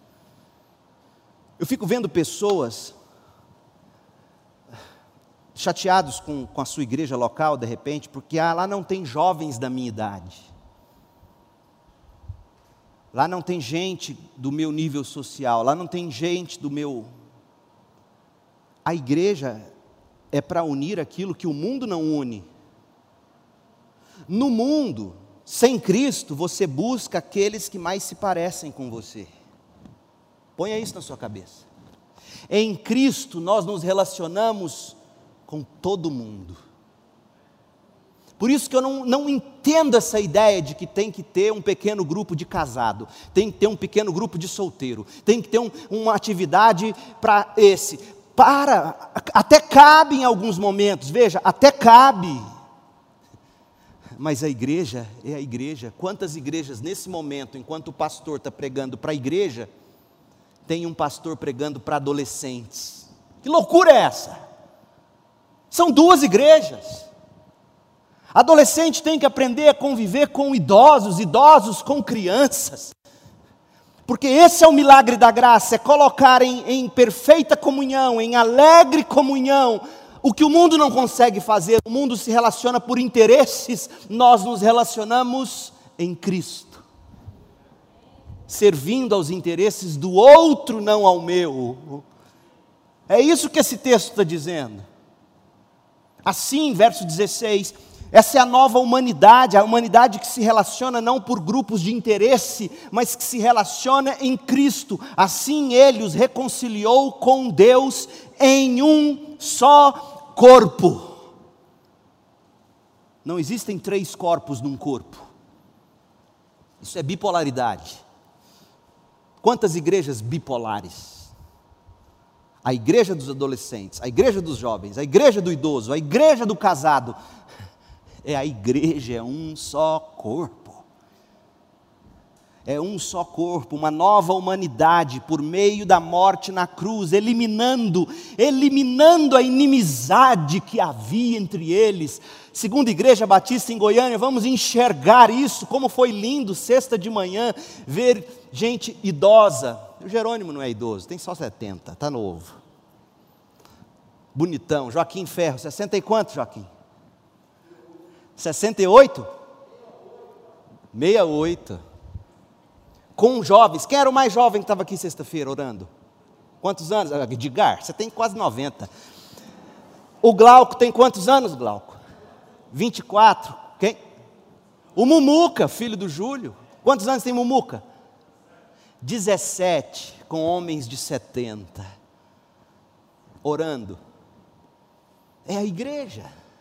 Eu fico vendo pessoas chateados com, com a sua igreja local, de repente, porque ah, lá não tem jovens da minha idade. Lá não tem gente do meu nível social, lá não tem gente do meu... A igreja é para unir aquilo que o mundo não une. No mundo, sem Cristo, você busca aqueles que mais se parecem com você. Ponha isso na sua cabeça. Em Cristo, nós nos relacionamos com todo mundo. Por isso que eu não, não entendo essa ideia de que tem que ter um pequeno grupo de casado, tem que ter um pequeno grupo de solteiro, tem que ter um, uma atividade para esse. Para, até cabe em alguns momentos, veja, até cabe. Mas a igreja é a igreja. Quantas igrejas nesse momento, enquanto o pastor está pregando para a igreja, tem um pastor pregando para adolescentes? Que loucura é essa? São duas igrejas. Adolescente tem que aprender a conviver com idosos, idosos com crianças. Porque esse é o milagre da graça, é colocar em, em perfeita comunhão, em alegre comunhão, o que o mundo não consegue fazer. O mundo se relaciona por interesses, nós nos relacionamos em Cristo, servindo aos interesses do outro, não ao meu. É isso que esse texto está dizendo. Assim, verso dezesseis, essa é a nova humanidade, a humanidade que se relaciona não por grupos de interesse, mas que se relaciona em Cristo. Assim Ele os reconciliou com Deus em um só corpo. Não existem três corpos num corpo. Isso é bipolaridade. Quantas igrejas bipolares? A igreja dos adolescentes, a igreja dos jovens, a igreja do idoso, a igreja do casado. É a igreja, é um só corpo. é um só corpo, uma nova humanidade por meio da morte na cruz, eliminando, eliminando a inimizade que havia entre eles. Segundo a Igreja Batista em Goiânia, vamos enxergar isso, como foi lindo, sexta de manhã, ver gente idosa. O Jerônimo não é idoso, tem só setenta, está novo. Bonitão, Joaquim Ferro, sessenta e quanto, Joaquim? sessenta e oito? sessenta e oito. Com jovens, quem era o mais jovem que estava aqui sexta-feira orando? Quantos anos? Edgar, você tem quase noventa. O Glauco tem quantos anos, Glauco? vinte e quatro. Quem? O Mumuca, filho do Júlio. Quantos anos tem Mumuca? dezessete, com homens de setenta. Orando. É a igreja.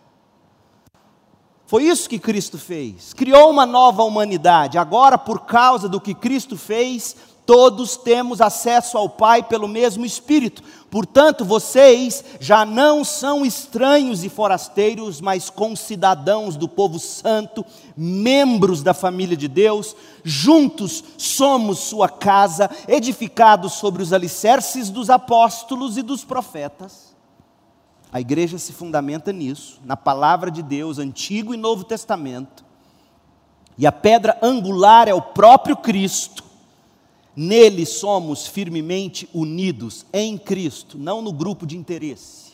Foi isso que Cristo fez. Criou uma nova humanidade. Agora, por causa do que Cristo fez, todos temos acesso ao Pai pelo mesmo Espírito. Portanto, vocês já não são estranhos e forasteiros, mas concidadãos do povo santo, membros da família de Deus. Juntos somos sua casa, edificados sobre os alicerces dos apóstolos e dos profetas. A igreja se fundamenta nisso, na palavra de Deus, Antigo e Novo Testamento. E a pedra angular é o próprio Cristo. Nele somos firmemente unidos em Cristo, não no grupo de interesse.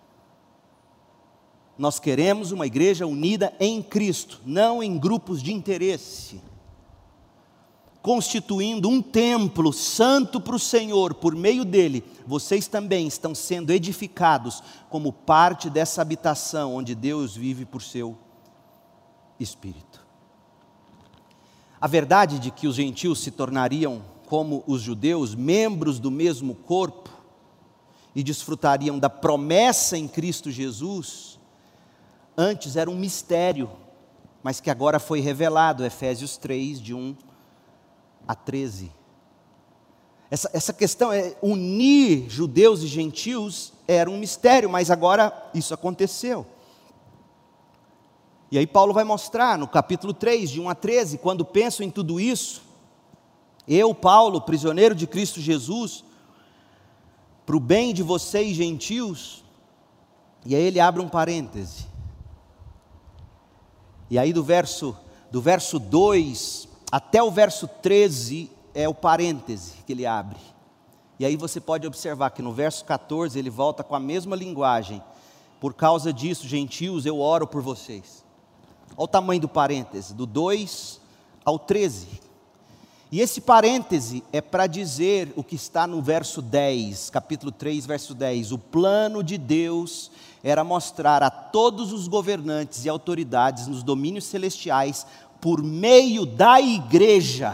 Nós queremos uma igreja unida em Cristo, não em grupos de interesse. Constituindo um templo santo para o Senhor, por meio dele, vocês também estão sendo edificados como parte dessa habitação onde Deus vive por seu Espírito. A verdade de que os gentios se tornariam, como os judeus, membros do mesmo corpo e desfrutariam da promessa em Cristo Jesus, antes era um mistério, mas que agora foi revelado, Efésios três, de um a treze. Essa, essa questão é unir judeus e gentios era um mistério, mas agora isso aconteceu. E aí Paulo vai mostrar no capítulo três, de um a treze, quando penso em tudo isso, eu, Paulo, prisioneiro de Cristo Jesus, para o bem de vocês gentios, e aí ele abre um parêntese. E aí do verso, do verso dois até o verso treze é o parêntese que ele abre. E aí você pode observar que no verso quatorze ele volta com a mesma linguagem. Por causa disso, gentios, eu oro por vocês. Olha o tamanho do parêntese, do dois ao treze. E esse parêntese é para dizer o que está no verso dez, capítulo três, verso dez. O plano de Deus era mostrar a todos os governantes e autoridades nos domínios celestiais, por meio da igreja,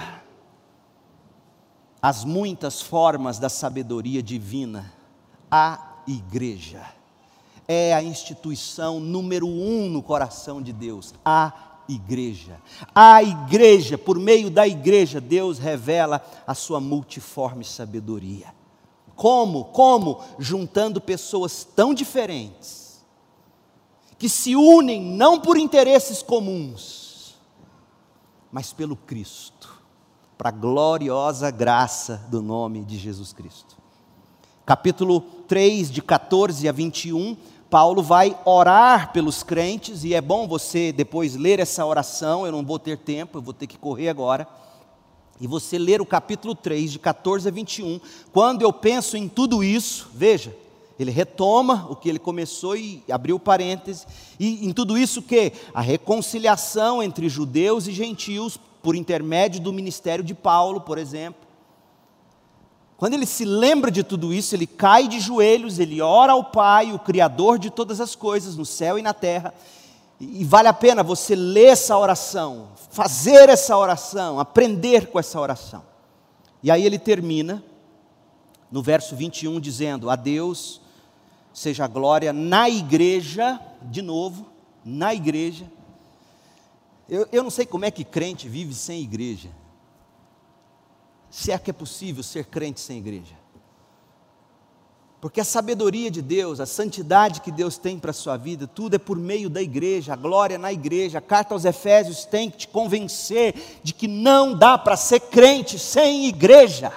as muitas formas da sabedoria divina. A igreja é a instituição número um no coração de Deus. A igreja. A igreja, por meio da igreja, Deus revela a sua multiforme sabedoria. Como? Como? Juntando pessoas tão diferentes, que se unem não por interesses comuns, mas pelo Cristo, para a gloriosa graça do nome de Jesus Cristo. Capítulo três, de quatorze a vinte e um, Paulo vai orar pelos crentes, e é bom você depois ler essa oração. Eu não vou ter tempo, eu vou ter que correr agora, e você ler o capítulo três, de quatorze a vinte e um, quando eu penso em tudo isso, veja, ele retoma o que ele começou e abriu parênteses, e em tudo isso que? A reconciliação entre judeus e gentios, por intermédio do ministério de Paulo, por exemplo. Quando ele se lembra de tudo isso, ele cai de joelhos, ele ora ao Pai, o Criador de todas as coisas, no céu e na terra, e vale a pena você ler essa oração, fazer essa oração, aprender com essa oração. E aí ele termina, no verso vinte e um, dizendo: a Deus seja a glória na igreja, de novo, na igreja. Eu, eu não sei como é que crente vive sem igreja. Se é que é possível ser crente sem igreja. Porque a sabedoria de Deus, a santidade que Deus tem para a sua vida, tudo é por meio da igreja, a glória na igreja. A carta aos Efésios tem que te convencer de que não dá para ser crente sem igreja.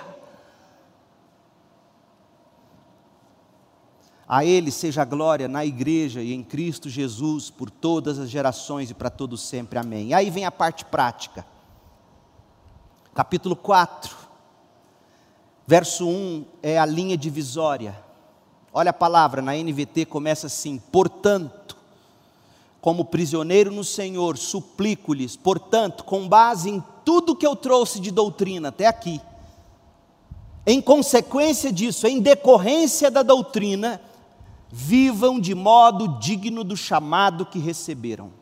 A Ele seja a glória na igreja e em Cristo Jesus, por todas as gerações e para todos sempre. Amém. E aí vem a parte prática. Capítulo quatro, verso um é a linha divisória. Olha a palavra, na N V T começa assim: portanto, como prisioneiro no Senhor, suplico-lhes, portanto, com base em tudo que eu trouxe de doutrina até aqui, em consequência disso, em decorrência da doutrina, vivam de modo digno do chamado que receberam.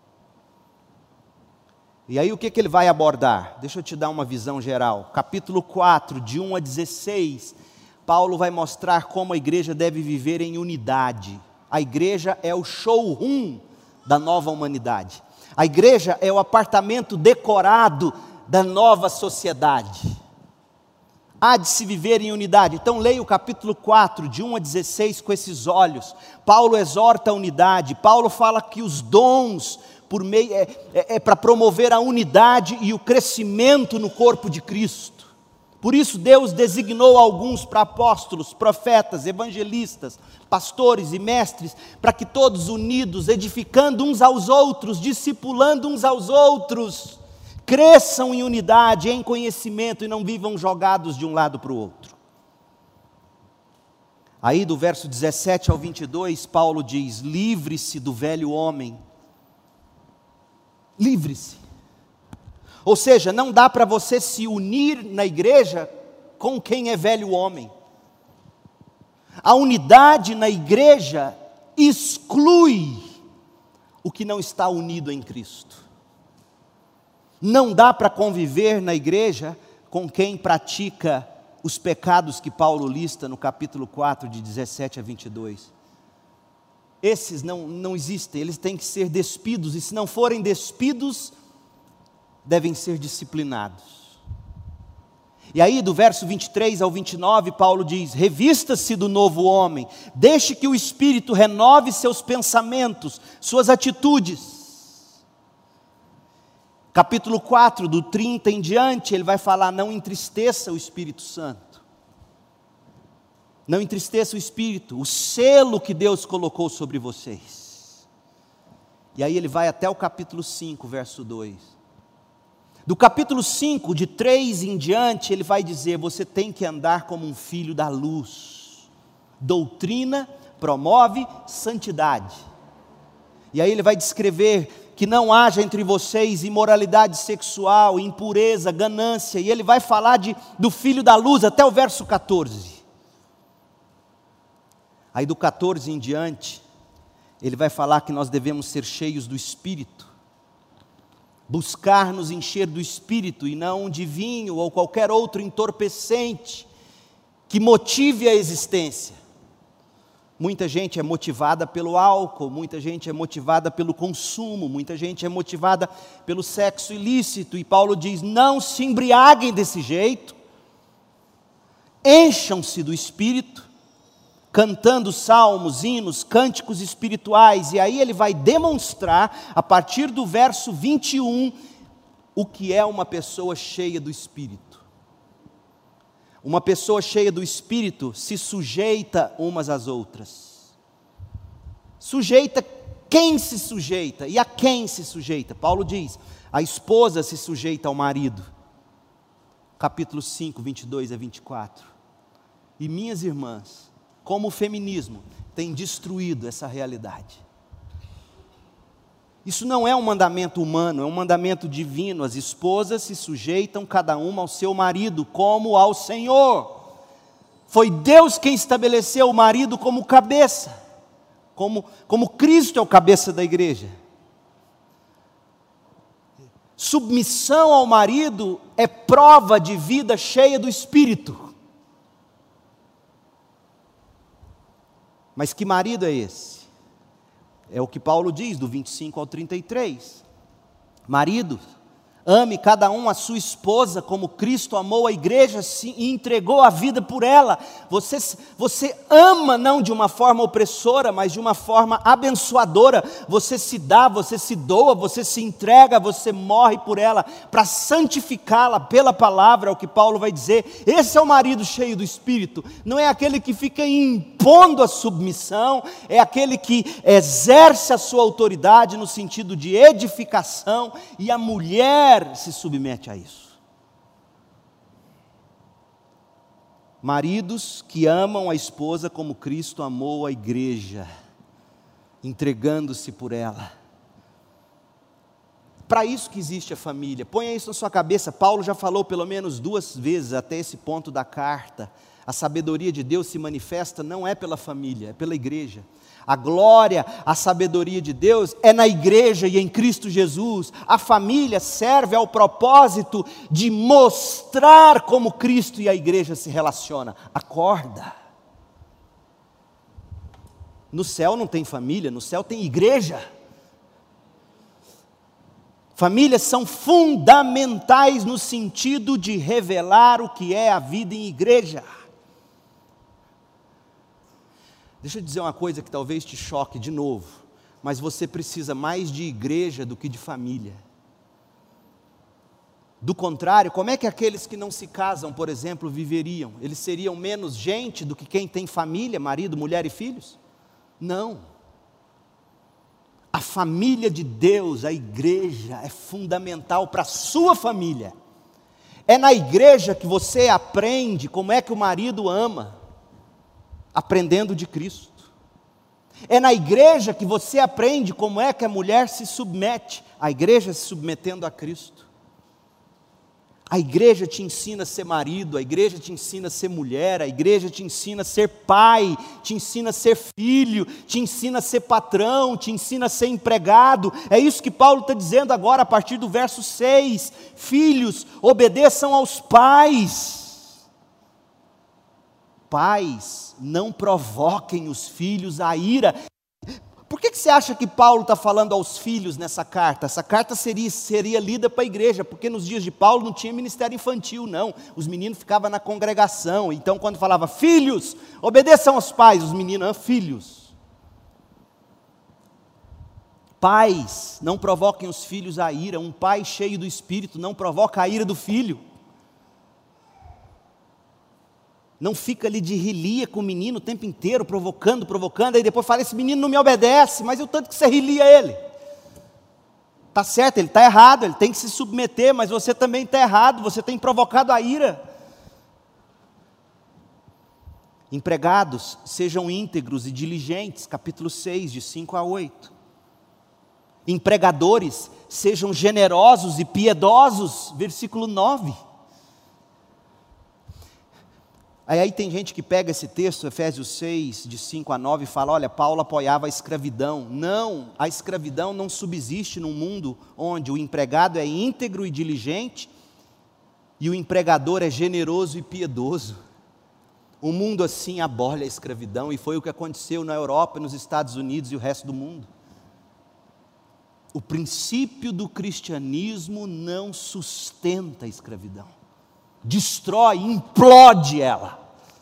E aí o que, que ele vai abordar? Deixa eu te dar uma visão geral. Capítulo quatro, de um a dezesseis, Paulo vai mostrar como a igreja deve viver em unidade. A igreja é o showroom da nova humanidade. A igreja é o apartamento decorado da nova sociedade. Há de se viver em unidade. Então leia o capítulo quatro, de um a dezesseis, com esses olhos. Paulo exorta a unidade. Paulo fala que os dons por meio é, é, é para promover a unidade e o crescimento no corpo de Cristo. Por isso Deus designou alguns para apóstolos, profetas, evangelistas, pastores e mestres, para que todos unidos, edificando uns aos outros, discipulando uns aos outros, cresçam em unidade, em conhecimento e não vivam jogados de um lado para o outro. Aí do verso dezessete ao vinte e dois, Paulo diz: livre-se do velho homem. Livre-se. Ou seja, não dá para você se unir na igreja com quem é velho homem. A unidade na igreja exclui o que não está unido em Cristo. Não dá para conviver na igreja com quem pratica os pecados que Paulo lista no capítulo quatro, de dezessete a vinte e dois. Esses não, não existem, eles têm que ser despidos, e se não forem despidos, devem ser disciplinados. E aí do verso vinte e três ao vinte e nove, Paulo diz: revista-se do novo homem, deixe que o Espírito renove seus pensamentos, suas atitudes. Capítulo quatro, do trinta em diante, ele vai falar: não entristeça o Espírito Santo. Não entristeça o Espírito, o selo que Deus colocou sobre vocês. E aí ele vai até o capítulo cinco, verso dois. Do capítulo cinco, de três em diante, ele vai dizer: você tem que andar como um filho da luz. Doutrina promove santidade. E aí ele vai descrever que não haja entre vocês imoralidade sexual, impureza, ganância. E ele vai falar de, do filho da luz até o verso quatorze. Aí do quatorze em diante, ele vai falar que nós devemos ser cheios do Espírito. Buscar nos encher do Espírito e não de vinho ou qualquer outro entorpecente que motive a existência. Muita gente é motivada pelo álcool, muita gente é motivada pelo consumo, muita gente é motivada pelo sexo ilícito, e Paulo diz: não se embriaguem desse jeito, encham-se do Espírito, cantando salmos, hinos, cânticos espirituais. E aí ele vai demonstrar, a partir do verso vinte e um, o que é uma pessoa cheia do Espírito. Uma pessoa cheia do Espírito se sujeita umas às outras. Sujeita quem se sujeita e a quem se sujeita. Paulo diz: a esposa se sujeita ao marido. Capítulo cinco, vinte e dois a vinte e quatro. E minhas irmãs, como o feminismo tem destruído essa realidade. Isso não é um mandamento humano, é um mandamento divino. As esposas se sujeitam cada uma ao seu marido como ao Senhor. Foi Deus quem estabeleceu o marido como cabeça, como, como Cristo é o cabeça da igreja. Submissão ao marido é prova de vida cheia do Espírito. Mas que marido é esse? É o que Paulo diz, do vinte e cinco ao trinta e três. Maridos, Ame cada um a sua esposa como Cristo amou a igreja e entregou a vida por ela. Você, você ama não de uma forma opressora, mas de uma forma abençoadora. Você se dá, você se doa, você se entrega, você morre por ela, para santificá-la pela palavra, é o que Paulo vai dizer. Esse é o marido cheio do Espírito. Não é aquele que fica impondo a submissão, é aquele que exerce a sua autoridade no sentido de edificação, e a mulher se submete a isso. Maridos que amam a esposa como Cristo amou a igreja, entregando-se por ela. Para isso que existe a família. Ponha isso na sua cabeça. Paulo já falou pelo menos duas vezes até esse ponto da carta. A sabedoria de Deus se manifesta não é pela família, é pela igreja. A glória, a sabedoria de Deus é na igreja e em Cristo Jesus. A família serve ao propósito de mostrar como Cristo e a igreja se relacionam. Acorda. No céu não tem família, no céu tem igreja. Famílias são fundamentais no sentido de revelar o que é a vida em igreja. Deixa eu dizer uma coisa que talvez te choque de novo, mas você precisa mais de igreja do que de família. Do contrário, como é que aqueles que não se casam, por exemplo, viveriam? Eles seriam menos gente do que quem tem família, marido, mulher e filhos? Não. A família de Deus, a igreja, é fundamental para a sua família. É na igreja que você aprende como é que o marido ama, aprendendo de Cristo. É na igreja que você aprende como é que a mulher se submete, a igreja se submetendo a Cristo. A igreja te ensina a ser marido, a igreja te ensina a ser mulher, a igreja te ensina a ser pai, te ensina a ser filho, te ensina a ser patrão, te ensina a ser empregado. É isso que Paulo está dizendo agora a partir do verso seis. Filhos, obedeçam aos pais. Pais, não provoquem os filhos à ira. Por que, que você acha que Paulo está falando aos filhos nessa carta? Essa carta seria, seria lida para a igreja, porque nos dias de Paulo não tinha ministério infantil, não. Os meninos ficavam na congregação, então quando falava, filhos, obedeçam aos pais, os meninos, ah, filhos. Pais, não provoquem os filhos à ira. Um pai cheio do Espírito não provoca a ira do filho. Não fica ali de rilia com o menino o tempo inteiro, provocando, provocando, aí depois fala, esse menino não me obedece, mas o tanto que você rilia ele. Está certo, ele está errado, ele tem que se submeter, mas você também está errado, você tem provocado a ira. Empregados, sejam íntegros e diligentes, capítulo seis, de cinco a oito. Empregadores, sejam generosos e piedosos, versículo nove. Aí, aí tem gente que pega esse texto, Efésios seis, de cinco a nove, e fala, olha, Paulo apoiava a escravidão. Não, a escravidão não subsiste num mundo onde o empregado é íntegro e diligente, e o empregador é generoso e piedoso. Um mundo assim abole a escravidão, e foi o que aconteceu na Europa, nos Estados Unidos e o resto do mundo. O princípio do cristianismo não sustenta a escravidão. Destrói, implode ela.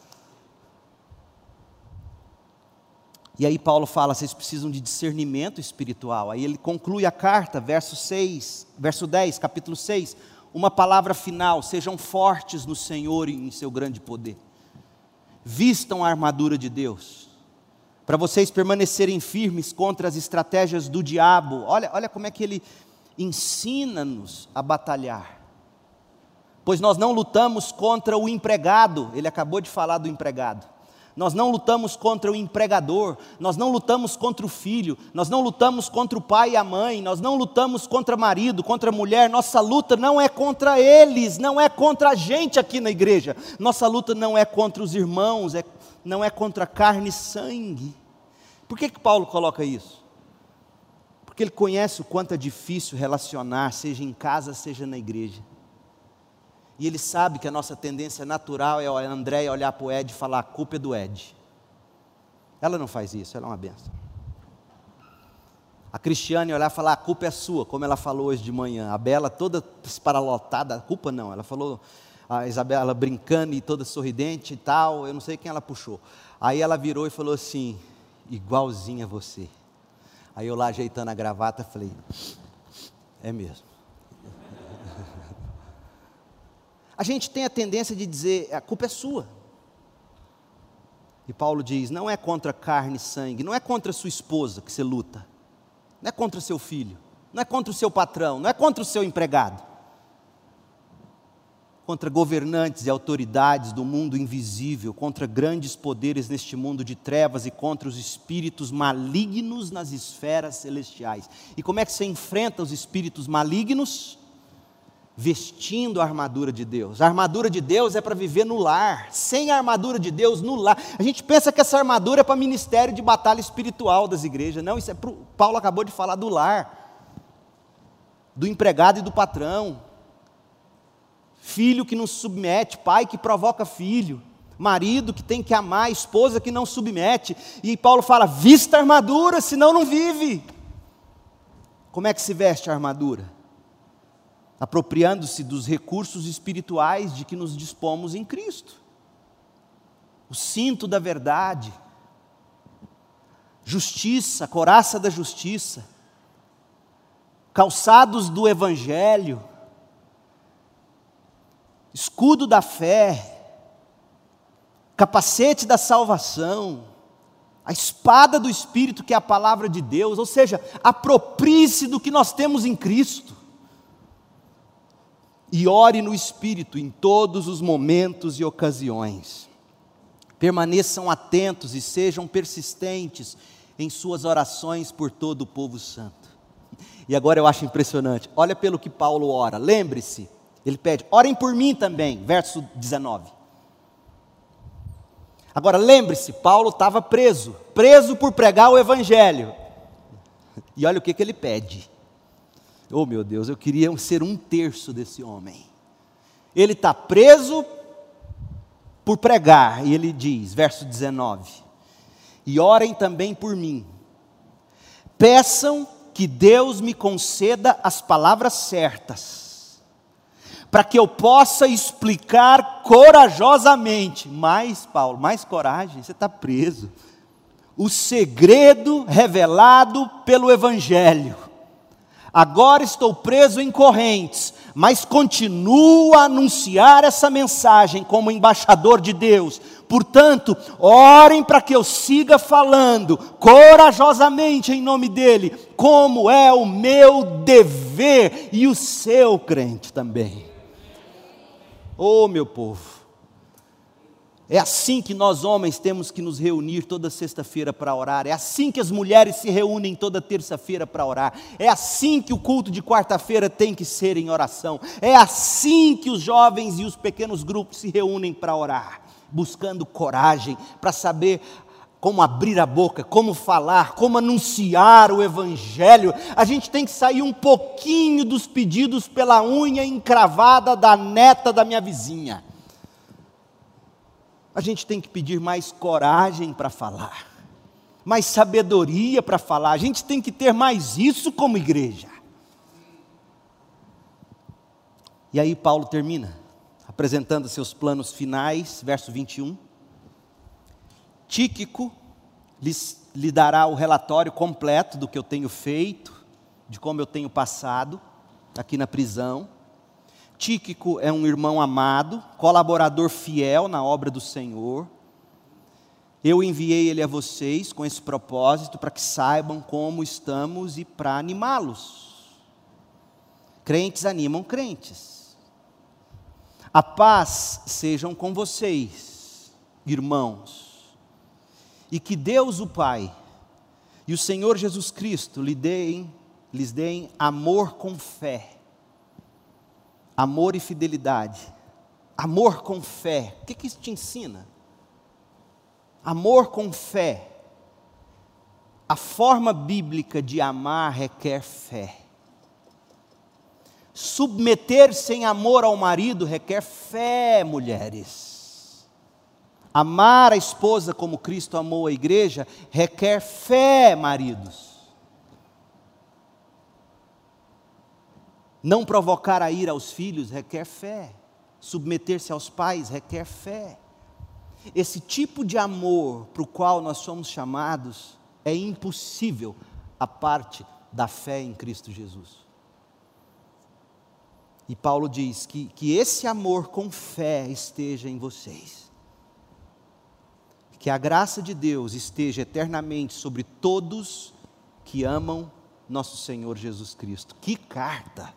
E aí Paulo fala, vocês precisam de discernimento espiritual. Aí ele conclui a carta, verso seis, verso dez, capítulo seis, uma palavra final, sejam fortes no Senhor e em seu grande poder. Vistam a armadura de Deus, para vocês permanecerem firmes contra as estratégias do diabo. Olha, olha como é que ele ensina-nos a batalhar. Pois nós não lutamos contra o empregado, ele acabou de falar do empregado. Nós não lutamos contra o empregador, nós não lutamos contra o filho, nós não lutamos contra o pai e a mãe, nós não lutamos contra marido, contra mulher. Nossa luta não é contra eles, não é contra a gente aqui na igreja. Nossa luta não é contra os irmãos, é, não é contra carne e sangue. Por que que Paulo coloca isso? Porque ele conhece o quanto é difícil relacionar, seja em casa, seja na igreja. E ele sabe que a nossa tendência natural é a Andréia olhar para o Ed e falar, a culpa é do Ed. Ela não faz isso, ela é uma benção. A Cristiane olhar e falar, a culpa é sua, como ela falou hoje de manhã. A Bela toda esparalotada, a culpa não, ela falou, a Isabela brincando e toda sorridente e tal, eu não sei quem ela puxou. Aí ela virou e falou assim, igualzinha a você. Aí eu lá ajeitando a gravata, falei, é mesmo. A gente tem a tendência de dizer, a culpa é sua. E Paulo diz, não é contra carne e sangue, não é contra sua esposa que você luta. Não é contra o seu filho, não é contra o seu patrão, não é contra o seu empregado. Contra governantes e autoridades do mundo invisível, contra grandes poderes neste mundo de trevas e contra os espíritos malignos nas esferas celestiais. E como é que você enfrenta os espíritos malignos? Vestindo a armadura de Deus. A armadura de Deus é para viver no lar. Sem a armadura de Deus no lar, a gente pensa que essa armadura é para ministério de batalha espiritual das igrejas. Não, isso é pro, Paulo acabou de falar do lar, do empregado e do patrão, filho que não se submete, pai que provoca filho, marido que tem que amar, esposa que não submete. E Paulo fala, vista a armadura, senão não vive. Como é que se veste a armadura? Apropriando-se dos recursos espirituais de que nos dispomos em Cristo. O cinto da verdade, justiça, couraça da justiça, calçados do evangelho, escudo da fé, capacete da salvação, a espada do Espírito que é a palavra de Deus, ou seja, aproprie-se do que nós temos em Cristo. E ore no Espírito em todos os momentos e ocasiões. Permaneçam atentos e sejam persistentes em suas orações por todo o povo santo. E agora eu acho impressionante, olha pelo que Paulo ora, lembre-se, ele pede, orem por mim também, verso dezenove. Agora lembre-se, Paulo estava preso, preso por pregar o Evangelho. E olha o que, que ele pede. Oh meu Deus, eu queria ser um terço desse homem. Ele está preso por pregar, e ele diz, verso dezenove, e orem também por mim, peçam que Deus me conceda as palavras certas, para que eu possa explicar corajosamente, mais Paulo, mais coragem, você está preso, o segredo revelado pelo Evangelho. Agora estou preso em correntes, mas continuo a anunciar essa mensagem como embaixador de Deus. Portanto, orem para que eu siga falando corajosamente em nome dEle, como é o meu dever e o seu, crente, também. Oh, meu povo, é assim que nós homens temos que nos reunir toda sexta-feira para orar, é assim que as mulheres se reúnem toda terça-feira para orar, é assim que o culto de quarta-feira tem que ser em oração, é assim que os jovens e os pequenos grupos se reúnem para orar, buscando coragem para saber como abrir a boca, como falar, como anunciar o Evangelho. A gente tem que sair um pouquinho dos pedidos pela unha encravada da neta da minha vizinha. A gente tem que pedir mais coragem para falar, mais sabedoria para falar, a gente tem que ter mais isso como igreja. E aí Paulo termina, apresentando seus planos finais, verso vinte e um. Tíquico lhes, lhe dará o relatório completo do que eu tenho feito, de como eu tenho passado aqui na prisão. Tíquico é um irmão amado, colaborador fiel na obra do Senhor. Eu enviei ele a vocês com esse propósito, para que saibam como estamos e para animá-los. Crentes animam crentes. A paz sejam com vocês, irmãos. E que Deus o Pai e o Senhor Jesus Cristo lhe deem, lhes deem amor com fé. Amor e fidelidade, amor com fé, o que, que isso te ensina? Amor com fé, a forma bíblica de amar requer fé, submeter-se em amor ao marido requer fé, mulheres, amar a esposa como Cristo amou a igreja requer fé, maridos, Não provocar a ira aos filhos requer fé. Submeter-se aos pais requer fé. Esse tipo de amor para o qual nós somos chamados é impossível a parte da fé em Cristo Jesus. E Paulo diz que, que esse amor com fé esteja em vocês. Que a graça de Deus esteja eternamente sobre todos que amam nosso Senhor Jesus Cristo. Que carta!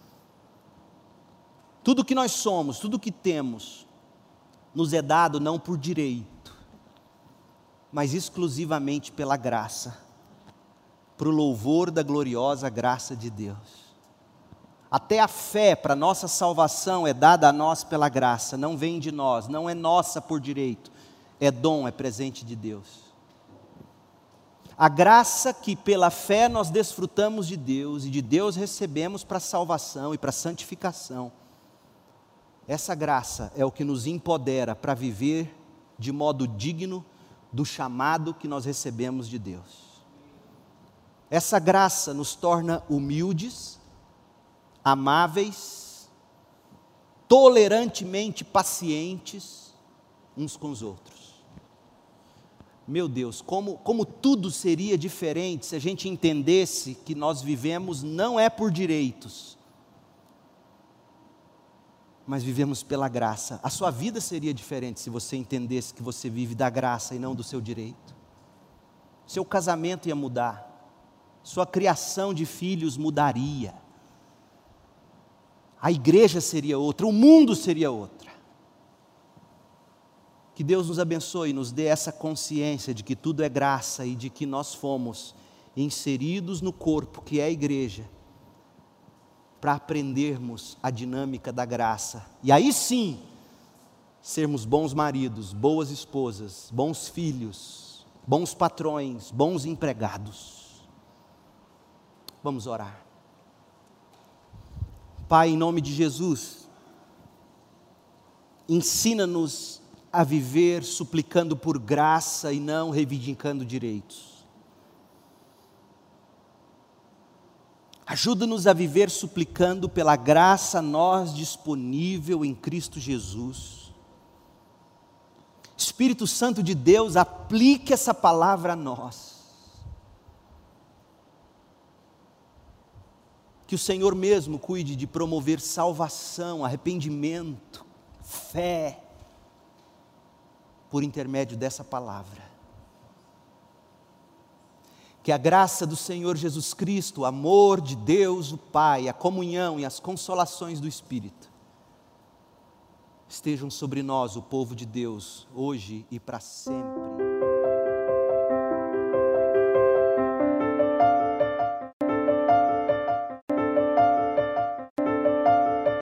Tudo que nós somos, tudo que temos, nos é dado não por direito, mas exclusivamente pela graça, para o louvor da gloriosa graça de Deus. Até a fé para nossa salvação é dada a nós pela graça, não vem de nós, não é nossa por direito, é dom, é presente de Deus. A graça que pela fé nós desfrutamos de Deus e de Deus recebemos para a salvação e para a santificação. Essa graça é o que nos empodera para viver de modo digno do chamado que nós recebemos de Deus. Essa graça nos torna humildes, amáveis, tolerantemente pacientes uns com os outros. Meu Deus, como, como tudo seria diferente se a gente entendesse que nós vivemos não é por direitos, mas vivemos pela graça. A sua vida seria diferente se você entendesse que você vive da graça e não do seu direito. Seu casamento ia mudar, sua criação de filhos mudaria, a igreja seria outra, o mundo seria outra. Que Deus nos abençoe e nos dê essa consciência de que tudo é graça e de que nós fomos inseridos no corpo que é a igreja, para aprendermos a dinâmica da graça, e aí sim, sermos bons maridos, boas esposas, bons filhos, bons patrões, bons empregados. Vamos orar. Pai, em nome de Jesus, ensina-nos a viver suplicando por graça e não reivindicando direitos. Ajuda-nos a viver suplicando pela graça a nós disponível em Cristo Jesus. Espírito Santo de Deus, aplique essa palavra a nós. Que o Senhor mesmo cuide de promover salvação, arrependimento, fé, por intermédio dessa palavra. Que a graça do Senhor Jesus Cristo, o amor de Deus o Pai, a comunhão e as consolações do Espírito estejam sobre nós, o povo de Deus, hoje e para sempre.